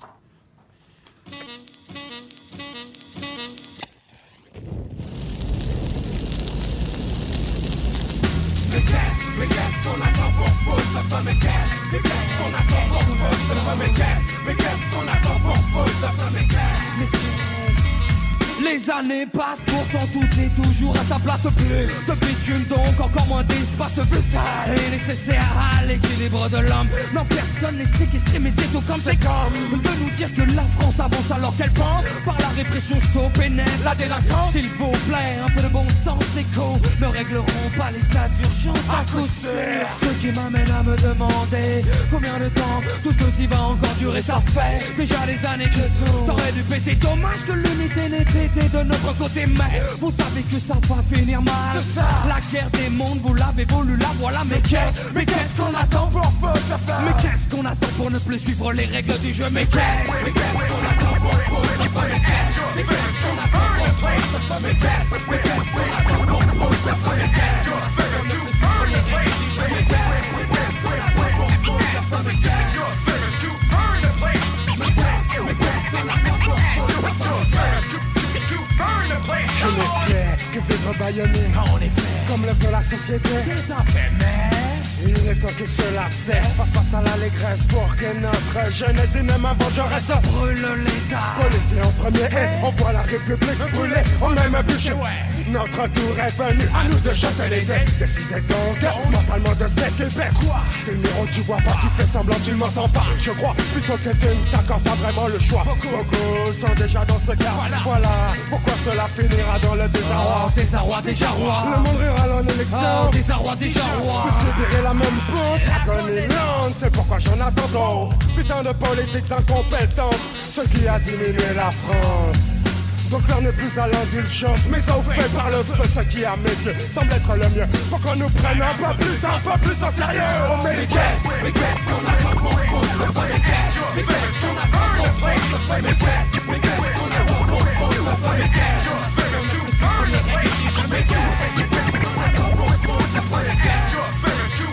Les années passent, pourtant tout est toujours à sa place. Plus de bitume, donc encore moins d'espace vital et nécessaire à l'équilibre de l'homme. Non, personne n'est séquestré, mais c'est tout comme c'est comme de nous dire que la France avance alors qu'elle pend par la répression stop et net la délinquance. S'il vous plaît, un peu de bon sens écho ne régleront pas les cas d'urgence à coup sûr. Ce qui m'amène à me demander combien de temps tout ceci va encore durer. Ça fait déjà des années que tout t'aurais dû péter. Dommage que l'unité n'ait été de notre côté, mais vous savez que ça va finir mal. La guerre des mondes, vous l'avez voulu, la voilà. Mais qu'est-ce qu'on attend pour Mais qu'est-ce qu'on attend pour ne plus suivre les règles du jeu? Mais qu'est-ce qu'on attend pour Mais qu'est-ce qu'on attend pour Mais qu'est-ce qu'on attend pour
Je ne fais que vivre bâillonné, en effet, comme le veut la société. C'est un fait, mais il est temps que cela cesse. Face à l'allégresse pour que notre jeunesse d'une main vengeresse
brûle l'État.
Policier en premier et on voit la République brûler. On aime bûcher. Notre tour est venu, à nous de jeter les dés. Décidez donc mentalement de s'équiper. Quoi? T'es numéro, tu vois pas, tu fais semblant, tu m'entends pas. Je crois plutôt que tu ne t'accordes pas vraiment le choix. Beaucoup sont déjà dans ce cas. Voilà pourquoi cela finira dans le désarroi.
Désarroi, déjà roi.
Le monde rural en élection.
Désarroi, déjà roi.
Vous subirez la même pente, l'agonie lente. C'est pourquoi j'en attends d'autres. Putain de politiques incompétentes, ce qui a diminué la France. Donc l'heure n'est plus à l'indulgence, mais au fait par le feu, ce qui à mes yeux semble être le mieux. Faut qu'on nous prenne un peu plus en sérieux. Oh mais qu'est-ce qu'on attend pour mais qu'est-ce qu'on attend pour mais qu'est-ce qu'on attend pour mais qu'est-ce qu'on attend pour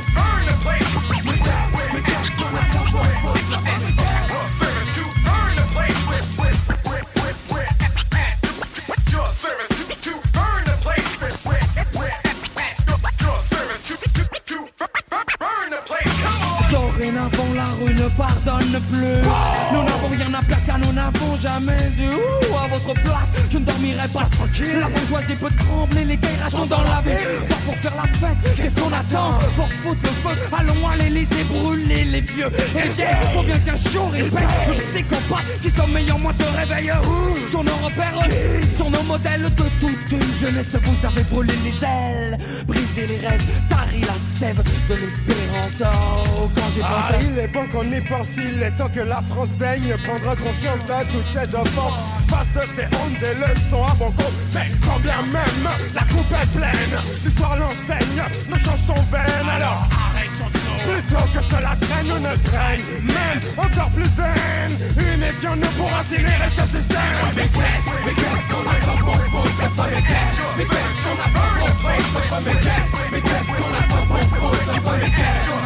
la rue ne pardonne plus. Nous n'avons rien à perdre car nous n'avons jamais eu. À votre place, je ne dormirai pas tranquille. La bourgeoisie peut trembler, les guerres sont dans la ville. Pas pour faire la fête, qu'est-ce qu'on attend? Pour foutre le feu, allons à l'Élysée brûler les vieux et les vieilles. Faut bien qu'un jour ils payent. Le psychopathe qui sommeille en moi se réveille. Sont nos repères, sont nos modèles de toute une jeunesse. Vous avez brûlé les ailes, brisé les rêves, tari la sève de l'espérance. Oh, quand j'ai pensé...
il est bon qu'on y pense, il est temps que la France daigne prendre conscience de toutes ces offenses. Face de ces hontes, des leçons à bon compte. Mais quand bien même la coupe est pleine, l'histoire l'enseigne, nos chansons vaines. Alors arrêtons tout. Plutôt que cela traîne ou ne traîne, même encore plus de haine. Unifions-nous pour incinérer ce système. Mais qu'est-ce qu'on a comme bon pour cette politique? Mais qu'est-ce qu'on a comme bon pour cette politique? Mais qu'est-ce qu'on a comme bon pour cette politique?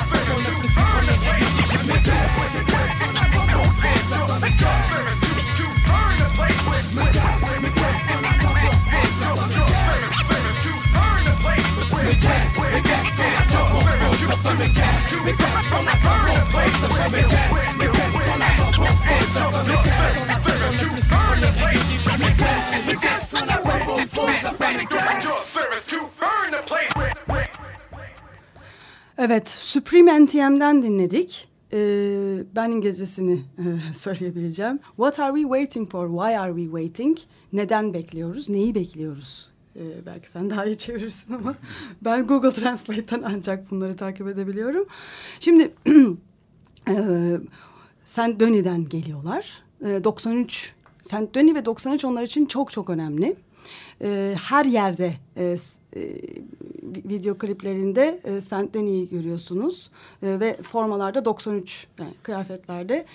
Evet, Supreme NTM'den dinledik. Ben İngilizcesini söyleyebileceğim. What are we waiting for? Why are we waiting? Neden bekliyoruz? Neyi bekliyoruz? Belki sen daha iyi çevirirsin ama ben Google Translate'ten ancak bunları takip edebiliyorum. Şimdi Saint Denis'den geliyorlar. 93 Saint Denis ve 93 onlar için çok çok önemli. Her yerde video kliplerinde Saint Denis'i görüyorsunuz ve formalarda 93 yani kıyafetlerde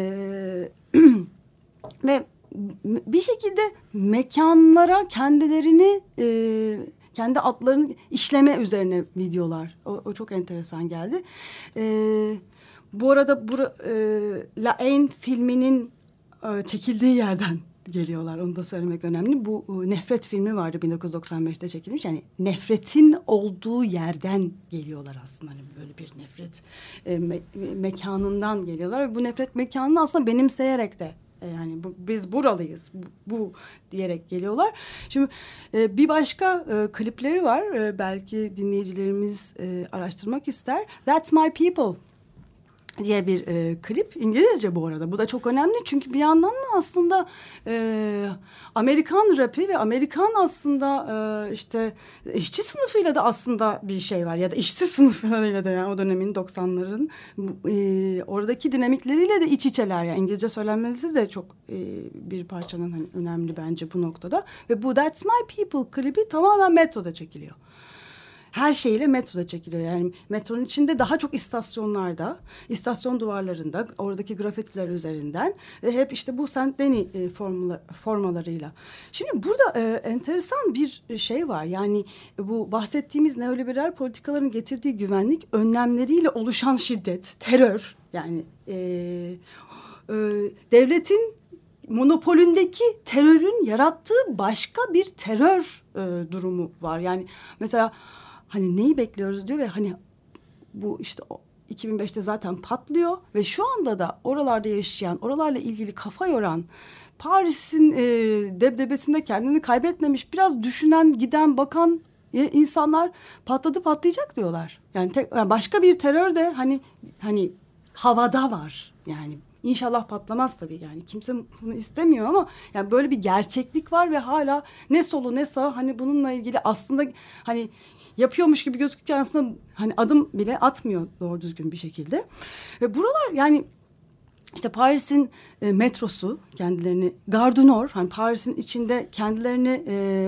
ve bir şekilde mekanlara kendilerini kendi adlarını işleme üzerine videolar. O çok enteresan geldi. Bu arada La Haine filminin çekildiği yerden geliyorlar. Onu da söylemek önemli. Bu Nefret filmi vardı 1995'te çekilmiş. Yani nefretin olduğu yerden geliyorlar aslında. Hani böyle bir nefret mekanından geliyorlar. Ve bu nefret mekanını aslında benimseyerek de yani biz buralıyız bu diyerek geliyorlar. Şimdi bir başka klipleri var. Belki dinleyicilerimiz araştırmak ister. That's My People diye bir klip. İngilizce bu arada. Bu da çok önemli çünkü bir yandan da aslında Amerikan rapi ve Amerikan aslında işte işçi sınıfıyla da aslında bir şey var. Ya da işsiz sınıfıyla da yani o dönemin 90'ların oradaki dinamikleriyle de iç içeler. Yani İngilizce söylenmesi de çok bir parçanın hani önemli bence bu noktada. Ve bu That's My People klibi tamamen metroda çekiliyor. Her şeyle metroda çekiliyor. Yani metronun içinde daha çok istasyonlarda, istasyon duvarlarında, oradaki grafitiler üzerinden ve hep işte bu Saint Denis formalarıyla. Şimdi burada enteresan bir şey var. Yani bu bahsettiğimiz neoliberal politikaların getirdiği güvenlik önlemleriyle oluşan şiddet, terör. Yani devletin monopolündeki terörün yarattığı başka bir terör durumu var. Yani mesela hani neyi bekliyoruz diyor ve hani bu işte 2005'te zaten patlıyor ve şu anda da oralarda yaşayan, oralarla ilgili kafa yoran, Paris'in debdebesinde kendini kaybetmemiş, biraz düşünen, giden, bakan insanlar patlayacak diyorlar. Yani başka bir terör de hani havada var. Yani İnşallah patlamaz tabii yani kimse bunu istemiyor ama yani böyle bir gerçeklik var ve hala ne solu ne sağ hani bununla ilgili aslında hani yapıyormuş gibi gözükürken aslında hani adım bile atmıyor doğru düzgün bir şekilde. Ve buralar yani işte Paris'in metrosu kendilerini Gare du Nord hani Paris'in içinde kendilerini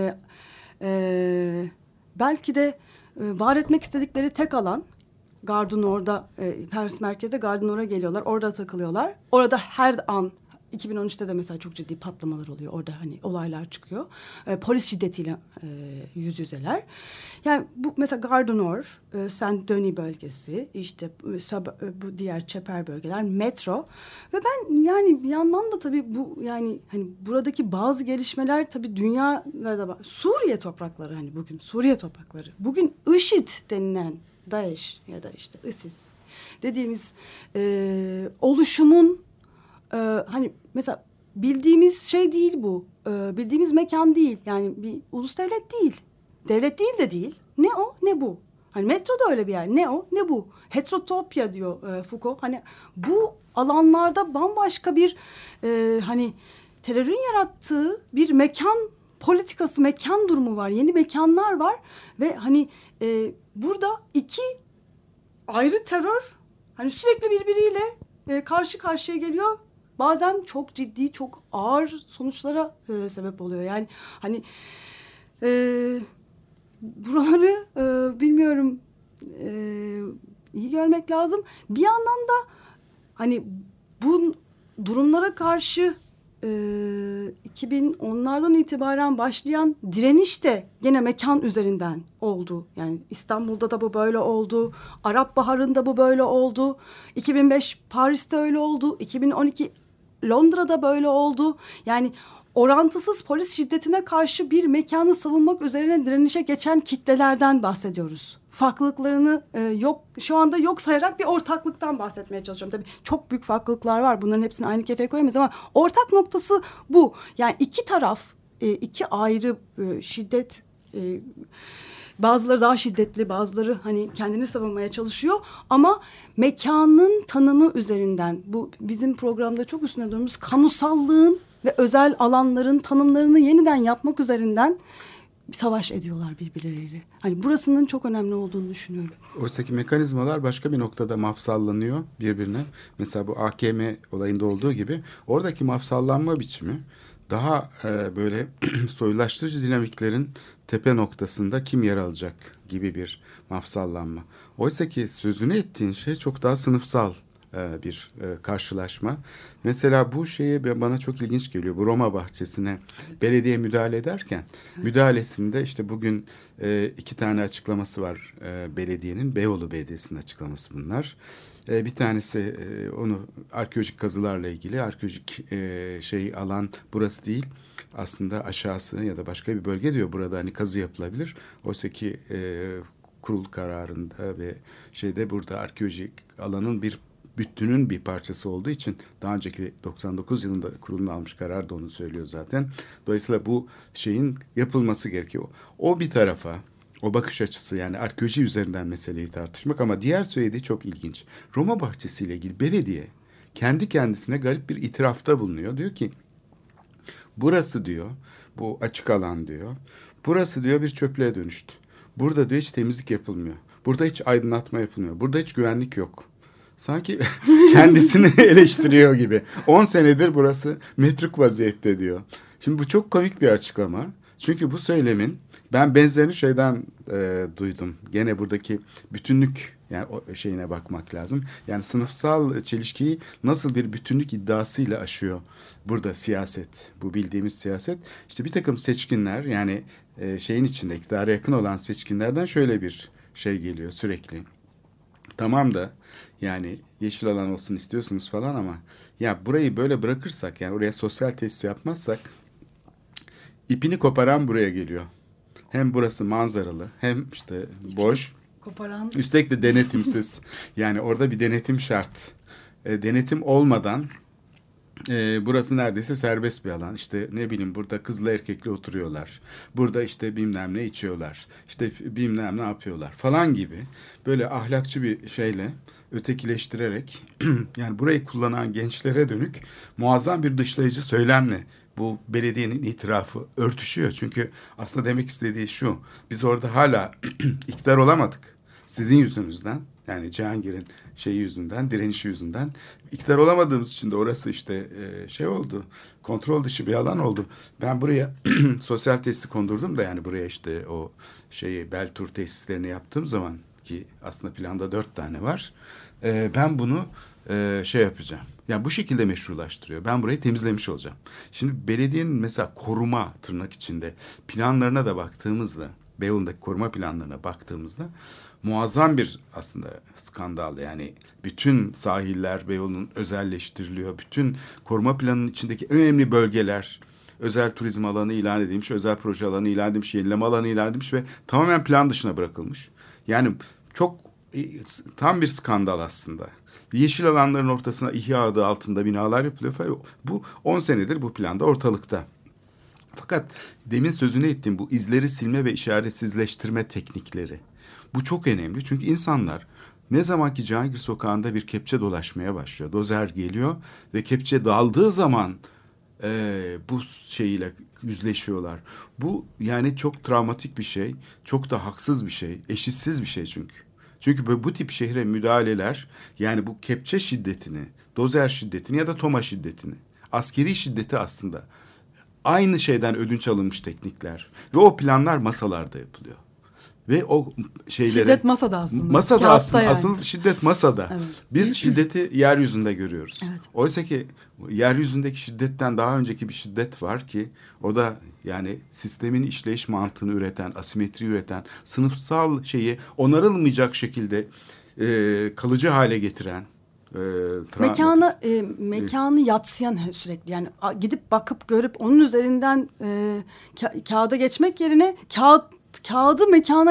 belki de var etmek istedikleri tek alan. Gare du Nord'da Paris merkezde Gare du Nord'a geliyorlar. Orada takılıyorlar. Orada her an 2013'te de mesela çok ciddi patlamalar oluyor. Orada hani olaylar çıkıyor. Polis şiddetiyle yüz yüzeler. Yani bu mesela Gare du Nord, Saint Denis bölgesi, işte bu diğer çeper bölgeler, metro ve ben yani bir yandan da tabii bu yani hani buradaki bazı gelişmeler tabii dünyada da var. Suriye toprakları hani bugün Suriye toprakları. Bugün IŞİD denilen DAEŞ ya da işte ISIS dediğimiz oluşumun hani mesela bildiğimiz şey değil bu. Bildiğimiz mekan değil. Yani bir ulus devlet değil. Devlet değil de değil. Ne o ne bu. Hani metro da öyle bir yer. Ne o ne bu. Heterotopya diyor Foucault. Hani bu alanlarda bambaşka bir hani terörün yarattığı bir mekan politikası, mekan durumu var. Yeni mekanlar var ve hani burada iki ayrı terör hani sürekli birbiriyle karşı karşıya geliyor. Bazen çok ciddi, çok ağır sonuçlara sebep oluyor. Yani hani buraları bilmiyorum iyi görmek lazım. Bir yandan da hani bu durumlara karşı 2010'lardan itibaren başlayan direniş de gene mekan üzerinden oldu. Yani İstanbul'da da bu böyle oldu. Arap Baharı'nda bu böyle oldu. 2005 Paris'te öyle oldu. 2012 Londra'da böyle oldu. Yani orantısız polis şiddetine karşı bir mekanı savunmak üzerine direnişe geçen kitlelerden bahsediyoruz. Farklılıklarını şu anda yok sayarak bir ortaklıktan bahsetmeye çalışıyorum. Tabii çok büyük farklılıklar var. Bunların hepsini aynı kefeye koyamayız ama ortak noktası bu. Yani iki taraf, iki ayrı şiddet, bazıları daha şiddetli, bazıları hani kendini savunmaya çalışıyor. Ama mekanın tanımı üzerinden, bu bizim programda çok üstüne durduğumuz kamusallığın ve özel alanların tanımlarını yeniden yapmak üzerinden savaş ediyorlar birbirleriyle. Hani burasının çok önemli olduğunu düşünüyorum.
Oysaki mekanizmalar başka bir noktada mafsallanıyor birbirine. Mesela bu AKM olayında olduğu gibi oradaki mafsallanma biçimi daha böyle soyulaştırıcı dinamiklerin tepe noktasında kim yer alacak gibi bir mafsallanma. Oysaki sözünü ettiğin şey çok daha sınıfsal bir karşılaşma. Mesela bu şeye bana çok ilginç geliyor. Bu Roma bahçesine belediye müdahale ederken müdahalesinde işte bugün 2 tane açıklaması var belediyenin. Beyoğlu Belediyesi'nin açıklaması bunlar. Bir tanesi onu arkeolojik kazılarla ilgili arkeolojik alan burası değil. Aslında aşağısı ya da başka bir bölge diyor. Burada hani kazı yapılabilir. Oysa ki kurul kararında ve burada arkeolojik alanın bir bütünün bir parçası olduğu için daha önceki 99 yılında kurulun almış karar da onu söylüyor zaten. Dolayısıyla bu şeyin yapılması gerekiyor. O bir tarafa, o bakış açısı yani arkeoloji üzerinden meseleyi tartışmak ama diğer söylediği çok ilginç. Roma bahçesiyle ilgili belediye kendi kendisine garip bir itirafta bulunuyor. Diyor ki burası diyor bu açık alan diyor. Burası diyor bir çöplüğe dönüştü. Burada diyor hiç temizlik yapılmıyor. Burada hiç aydınlatma yapılmıyor. Burada hiç güvenlik yok. Sanki kendisini eleştiriyor gibi. 10 senedir burası metruk vaziyette diyor. Şimdi bu çok komik bir açıklama. Çünkü bu söylemin ben benzerini duydum. Gene buradaki bütünlük yani o şeyine bakmak lazım. Yani sınıfsal çelişkiyi nasıl bir bütünlük iddiasıyla aşıyor burada siyaset. Bu bildiğimiz siyaset. İşte bir takım seçkinler yani içinde iktidara yakın olan seçkinlerden şöyle bir şey geliyor sürekli. Tamam da yani yeşil alan olsun istiyorsunuz falan ama ya burayı böyle bırakırsak yani oraya sosyal tesis yapmazsak ipini koparan buraya geliyor. Hem burası manzaralı hem işte boş.
Koparan.
Üstelik de denetimsiz. Yani orada bir denetim şart. Denetim olmadan burası neredeyse serbest bir alan. İşte ne bileyim burada kızla erkekli oturuyorlar. Burada işte bilmem ne içiyorlar. İşte bilmem ne yapıyorlar falan gibi. Böyle ahlakçı bir şeyle ötekileştirerek yani burayı kullanan gençlere dönük muazzam bir dışlayıcı söylemle bu belediyenin itirafı örtüşüyor. Çünkü aslında demek istediği şu. Biz orada hala iktidar olamadık. Sizin yüzünüzden. Yani Cihangir'in yüzünden, direnişi yüzünden. İktidar olamadığımız için de orası işte oldu. Kontrol dışı bir alan oldu. Ben buraya sosyal tesisi kondurdum da yani buraya işte o Beltur tesislerini yaptığım zaman ki aslında planda 4 tane var. Ben bunu yapacağım. Yani bu şekilde meşrulaştırıyor. Ben burayı temizlemiş olacağım. Şimdi belediyenin mesela koruma tırnak içinde planlarına da baktığımızda, Beyoğlu'ndaki koruma planlarına baktığımızda muazzam bir aslında skandal. Yani bütün sahiller Beyoğlu'nun özelleştiriliyor. Bütün koruma planının içindeki önemli bölgeler özel turizm alanı ilan edilmiş, özel proje alanı ilan edilmiş, yenileme alanı ilan edilmiş ve tamamen plan dışına bırakılmış. Yani çok tam bir skandal aslında. Yeşil alanların ortasına İhya adı altında binalar yapılıyor falan. Bu 10 senedir bu planda ortalıkta. Fakat demin sözünü ettiğim bu izleri silme ve işaretsizleştirme teknikleri. Bu çok önemli çünkü insanlar ne zamanki Cihangir Sokağı'nda bir kepçe dolaşmaya başlıyor. Dozer geliyor ve kepçe daldığı zaman bu şeyle yüzleşiyorlar. Bu yani çok travmatik bir şey, çok da haksız bir şey, eşitsiz bir şey çünkü. Çünkü bu tip şehre müdahaleler yani bu kepçe şiddetini, dozer şiddetini ya da toma şiddetini, askeri şiddeti aslında aynı şeyden ödünç alınmış teknikler. Ve o planlar masalarda yapılıyor. Ve o şeylere...
Şiddet masada aslında.
Masada
Kağıtta
aslında.
yani.
Asıl şiddet masada. Evet. Biz şiddeti yeryüzünde görüyoruz.
Evet.
Oysa ki yeryüzündeki şiddetten daha önceki bir şiddet var ki o da yani sistemin işleyiş mantığını üreten, asimetri üreten, sınıfsal şeyi onarılmayacak şekilde kalıcı hale getiren,
mekanı yatsıyan sürekli yani gidip bakıp görüp onun üzerinden kağıda geçmek yerine kağıdı mekana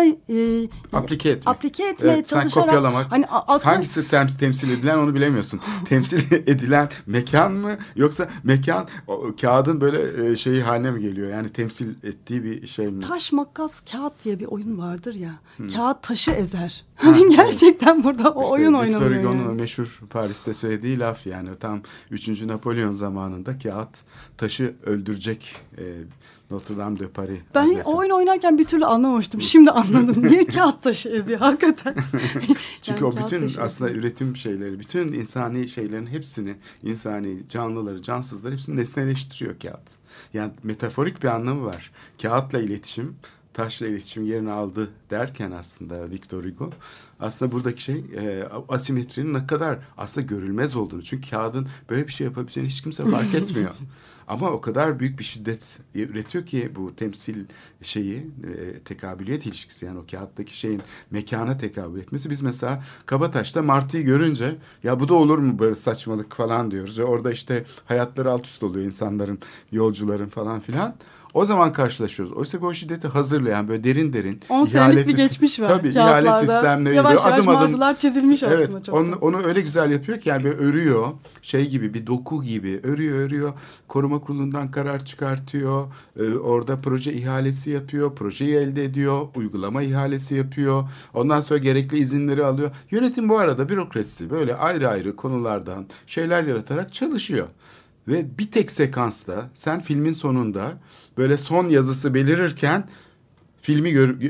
aplike etmeye
evet,
çalışarak
sen kopyalamak.
Hani aslında
hangisi temsil edilen onu bilemiyorsun. Temsil edilen mekan mı yoksa mekan kağıdın böyle şeyi haline mi geliyor? Yani temsil ettiği bir şey mi?
Taş makas kağıt diye bir oyun vardır ya. Kağıt taşı ezer. Hani gerçekten burada o
işte
oyun oynanıyor.
Victor Hugo'nun
yani.
meşhur Paris'te söylediği laf yani tam 3. Napolyon zamanında kağıt taşı öldürecek Notre Dame de Paris.
Ben
adresi.
oyun oynarken bir türlü anlamamıştım. Şimdi anladım. Niye kağıt taşı eziyor hakikaten?
Çünkü
yani
o bütün aslında üretim şeyleri, bütün insani şeylerin hepsini, insani canlıları, cansızları hepsini nesneleştiriyor kağıt. Yani metaforik bir anlamı var. Kağıtla iletişim, taşla iletişim yerini aldı derken aslında Victor Hugo aslında buradaki şey asimetrinin ne kadar aslında görülmez olduğunu. Çünkü kağıdın böyle bir şey yapabileceğini hiç kimse fark etmiyor. Ama o kadar büyük bir şiddet üretiyor ki bu temsil şeyi, tekabüliyet ilişkisi yani o kağıttaki şeyin mekana tekabül etmesi. Biz mesela Kabataş'ta Martı'yı görünce ya bu da olur mu böyle saçmalık falan diyoruz. Ve orada işte hayatları alt üst oluyor insanların, yolcuların falan filan. O zaman karşılaşıyoruz. Oysa o şiddeti hazırlayan böyle derin
10 senelik bir geçmiş var.
Tabii ihale sistemleri
yavaş
böyle
yavaş martılar çizilmiş aslında.
Evet,
çok
onu öyle güzel yapıyor ki yani böyle örüyor. Şey gibi bir doku gibi örüyor. Koruma kurulundan karar çıkartıyor. Orada proje ihalesi yapıyor. Projeyi elde ediyor. Uygulama ihalesi yapıyor. Ondan sonra gerekli izinleri alıyor. Yönetim bu arada bürokrasi böyle ayrı ayrı konulardan şeyler yaratarak çalışıyor. Ve bir tek sekansta sen filmin sonunda böyle son yazısı belirirken filmi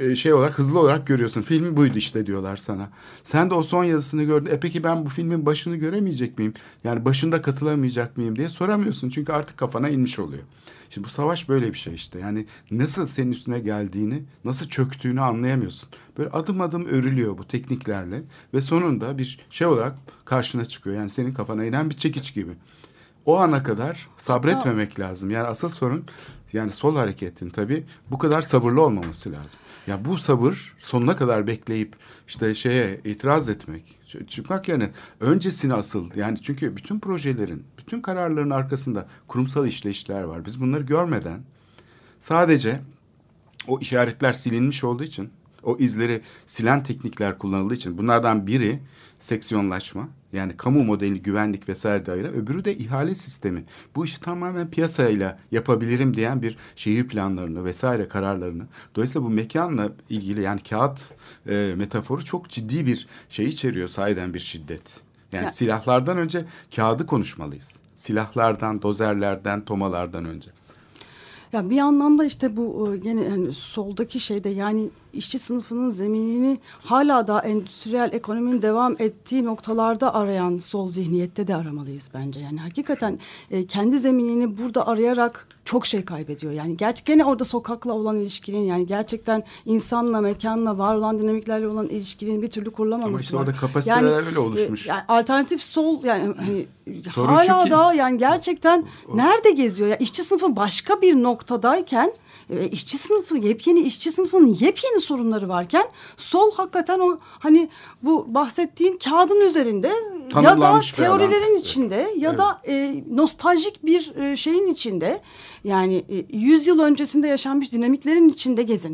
hızlı olarak görüyorsun. Film buydu işte diyorlar sana. Sen de o son yazısını gördün. Peki ben bu filmin başını göremeyecek miyim? Yani başında katılamayacak mıyım diye soramıyorsun. Çünkü artık kafana inmiş oluyor. Şimdi bu savaş böyle bir şey işte. Yani nasıl senin üstüne geldiğini, nasıl çöktüğünü anlayamıyorsun. Böyle adım adım örülüyor bu tekniklerle. Ve sonunda bir şey olarak karşına çıkıyor. Yani senin kafana inen bir çekiç gibi. O ana kadar sabretmemek lazım. Yani asıl sorun yani sol hareketin tabii bu kadar sabırlı olmaması lazım. Ya bu sabır sonuna kadar bekleyip işte itiraz etmek, çıkmak yerine öncesini asıl yani çünkü bütün projelerin, bütün kararların arkasında kurumsal işleyişler var. Biz bunları görmeden sadece o işaretler silinmiş olduğu için, o izleri silen teknikler kullanıldığı için bunlardan biri seksiyonlaşma. Yani kamu modeli, güvenlik vesaire daire. Öbürü de ihale sistemi. Bu işi tamamen piyasayla yapabilirim diyen bir şehir planlarını vesaire kararlarını. Dolayısıyla bu mekanla ilgili yani kağıt metaforu çok ciddi bir şey içeriyor. Sahiden bir şiddet. Yani silahlardan önce kağıdı konuşmalıyız. Silahlardan, dozerlerden, tomalardan önce.
Ya bir yandan da işte bu yine yani soldaki şeyde yani işçi sınıfının zeminini hala da endüstriyel ekonominin devam ettiği noktalarda arayan sol zihniyette de aramalıyız bence. Yani hakikaten kendi zeminini burada arayarak çok şey kaybediyor. Yani gerçekten orada sokakla olan ilişkinin yani gerçekten insanla, mekanla, var olan dinamiklerle olan ilişkinin bir türlü kurulamaması
ama işte
var.
orada kapasiteler öyle oluşmuş.
Yani alternatif sol yani hala da yani gerçekten nerede geziyor? Yani işçi sınıfı başka bir noktadayken işçi sınıfı yepyeni işçi sınıfının yepyeni sorunları varken sol hakikaten o hani bu bahsettiğin kağıdın üzerinde ya da teorilerin içinde ya da nostaljik bir şeyin içinde yani 100 yıl öncesinde yaşanmış dinamiklerin içinde geziniyor.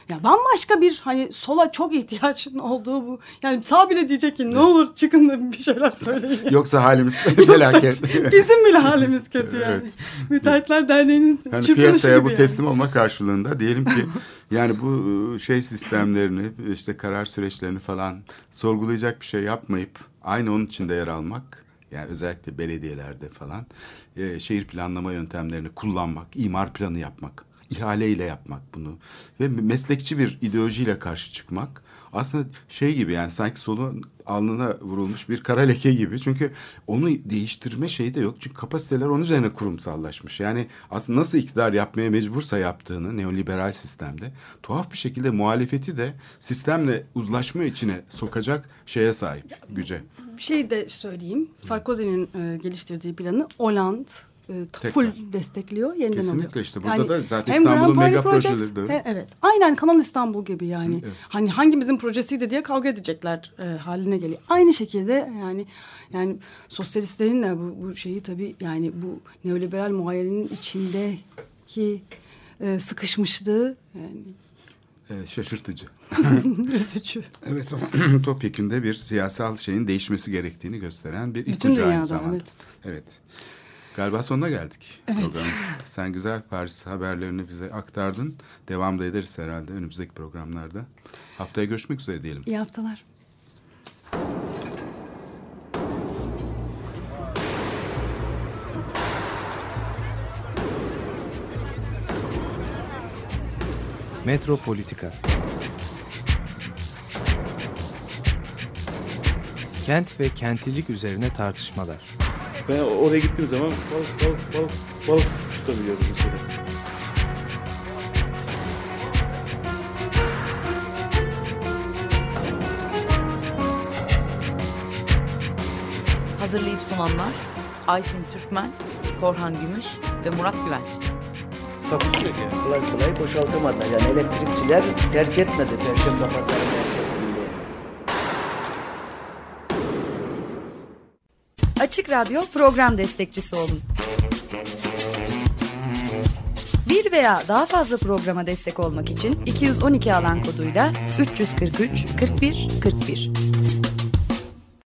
Ya bambaşka bir hani sola çok ihtiyacın olduğu bu. Yani sağ bile diyecek ki ne olur çıkın da bir şeyler söyleyin.
Yoksa halimiz felaket.
Bizim bile halimiz kötü yani.
Evet.
Müteahhitler Derneği'nin
Yani
çırpınışı
piyasaya
gibi
bu
yani.
teslim olma karşılığında diyelim ki yani bu sistemlerini, işte karar süreçlerini falan sorgulayacak bir şey yapmayıp aynı onun içinde yer almak, yani özellikle belediyelerde falan şehir planlama yöntemlerini kullanmak, imar planı yapmak, ihaleyle yapmak bunu ve meslekçi bir ideolojiyle karşı çıkmak aslında gibi, yani sanki solun alnına vurulmuş bir kara leke gibi. Çünkü onu değiştirme şeyi de yok. Çünkü kapasiteler onun üzerine kurumsallaşmış. Yani aslında nasıl iktidar yapmaya mecbursa yaptığını neoliberal sistemde tuhaf bir şekilde muhalefeti de sistemle uzlaşma içine sokacak şeye sahip, güce.
Bir şey de söyleyeyim. Sarkozy'nin geliştirdiği planı Hollande
Tekrar
full destekliyor. Yeniden
kesinlikle
alıyor.
işte burada
Yani
da zaten
hem
İstanbul'un
Grand
mega
Paris
projeleri de öyle.
Evet. Aynen Kanal İstanbul gibi yani.
Evet.
Hani hangimizin projesiydi diye kavga edecekler haline geliyor. Aynı şekilde yani sosyalistlerin de bu şeyi tabii yani bu neoliberal muayyerenin içindeki sıkışmışlığı yani
Şaşırtıcı.
üzücü.
Evet ama topyekünde bir siyasal şeyin değişmesi gerektiğini gösteren bir
Bütün
ipucu aynı
dünyada,
zamanda.
evet.
Evet. Galiba sonuna geldik.
Evet.
Programın. Sen güzel Paris haberlerini bize aktardın. Devam da ederiz herhalde önümüzdeki programlarda. Haftaya görüşmek üzere diyelim.
İyi haftalar.
Metropolitika. Kent ve kentlilik üzerine tartışmalar.
Ben oraya gittiğim zaman balık tutabiliyordum mesela.
Hazırlayıp sunanlar Aysin Türkmen, Korhan Gümüş ve Murat Güvenç.
Takusu yok yani.
Kolay kolay boşaltamadılar. Yani elektrikçiler terk etmedi Perşembe Pazarı merkezini.
Açık Radyo program destekçisi olun. Bir veya daha fazla programa destek olmak için 212 alan koduyla 343 41 41.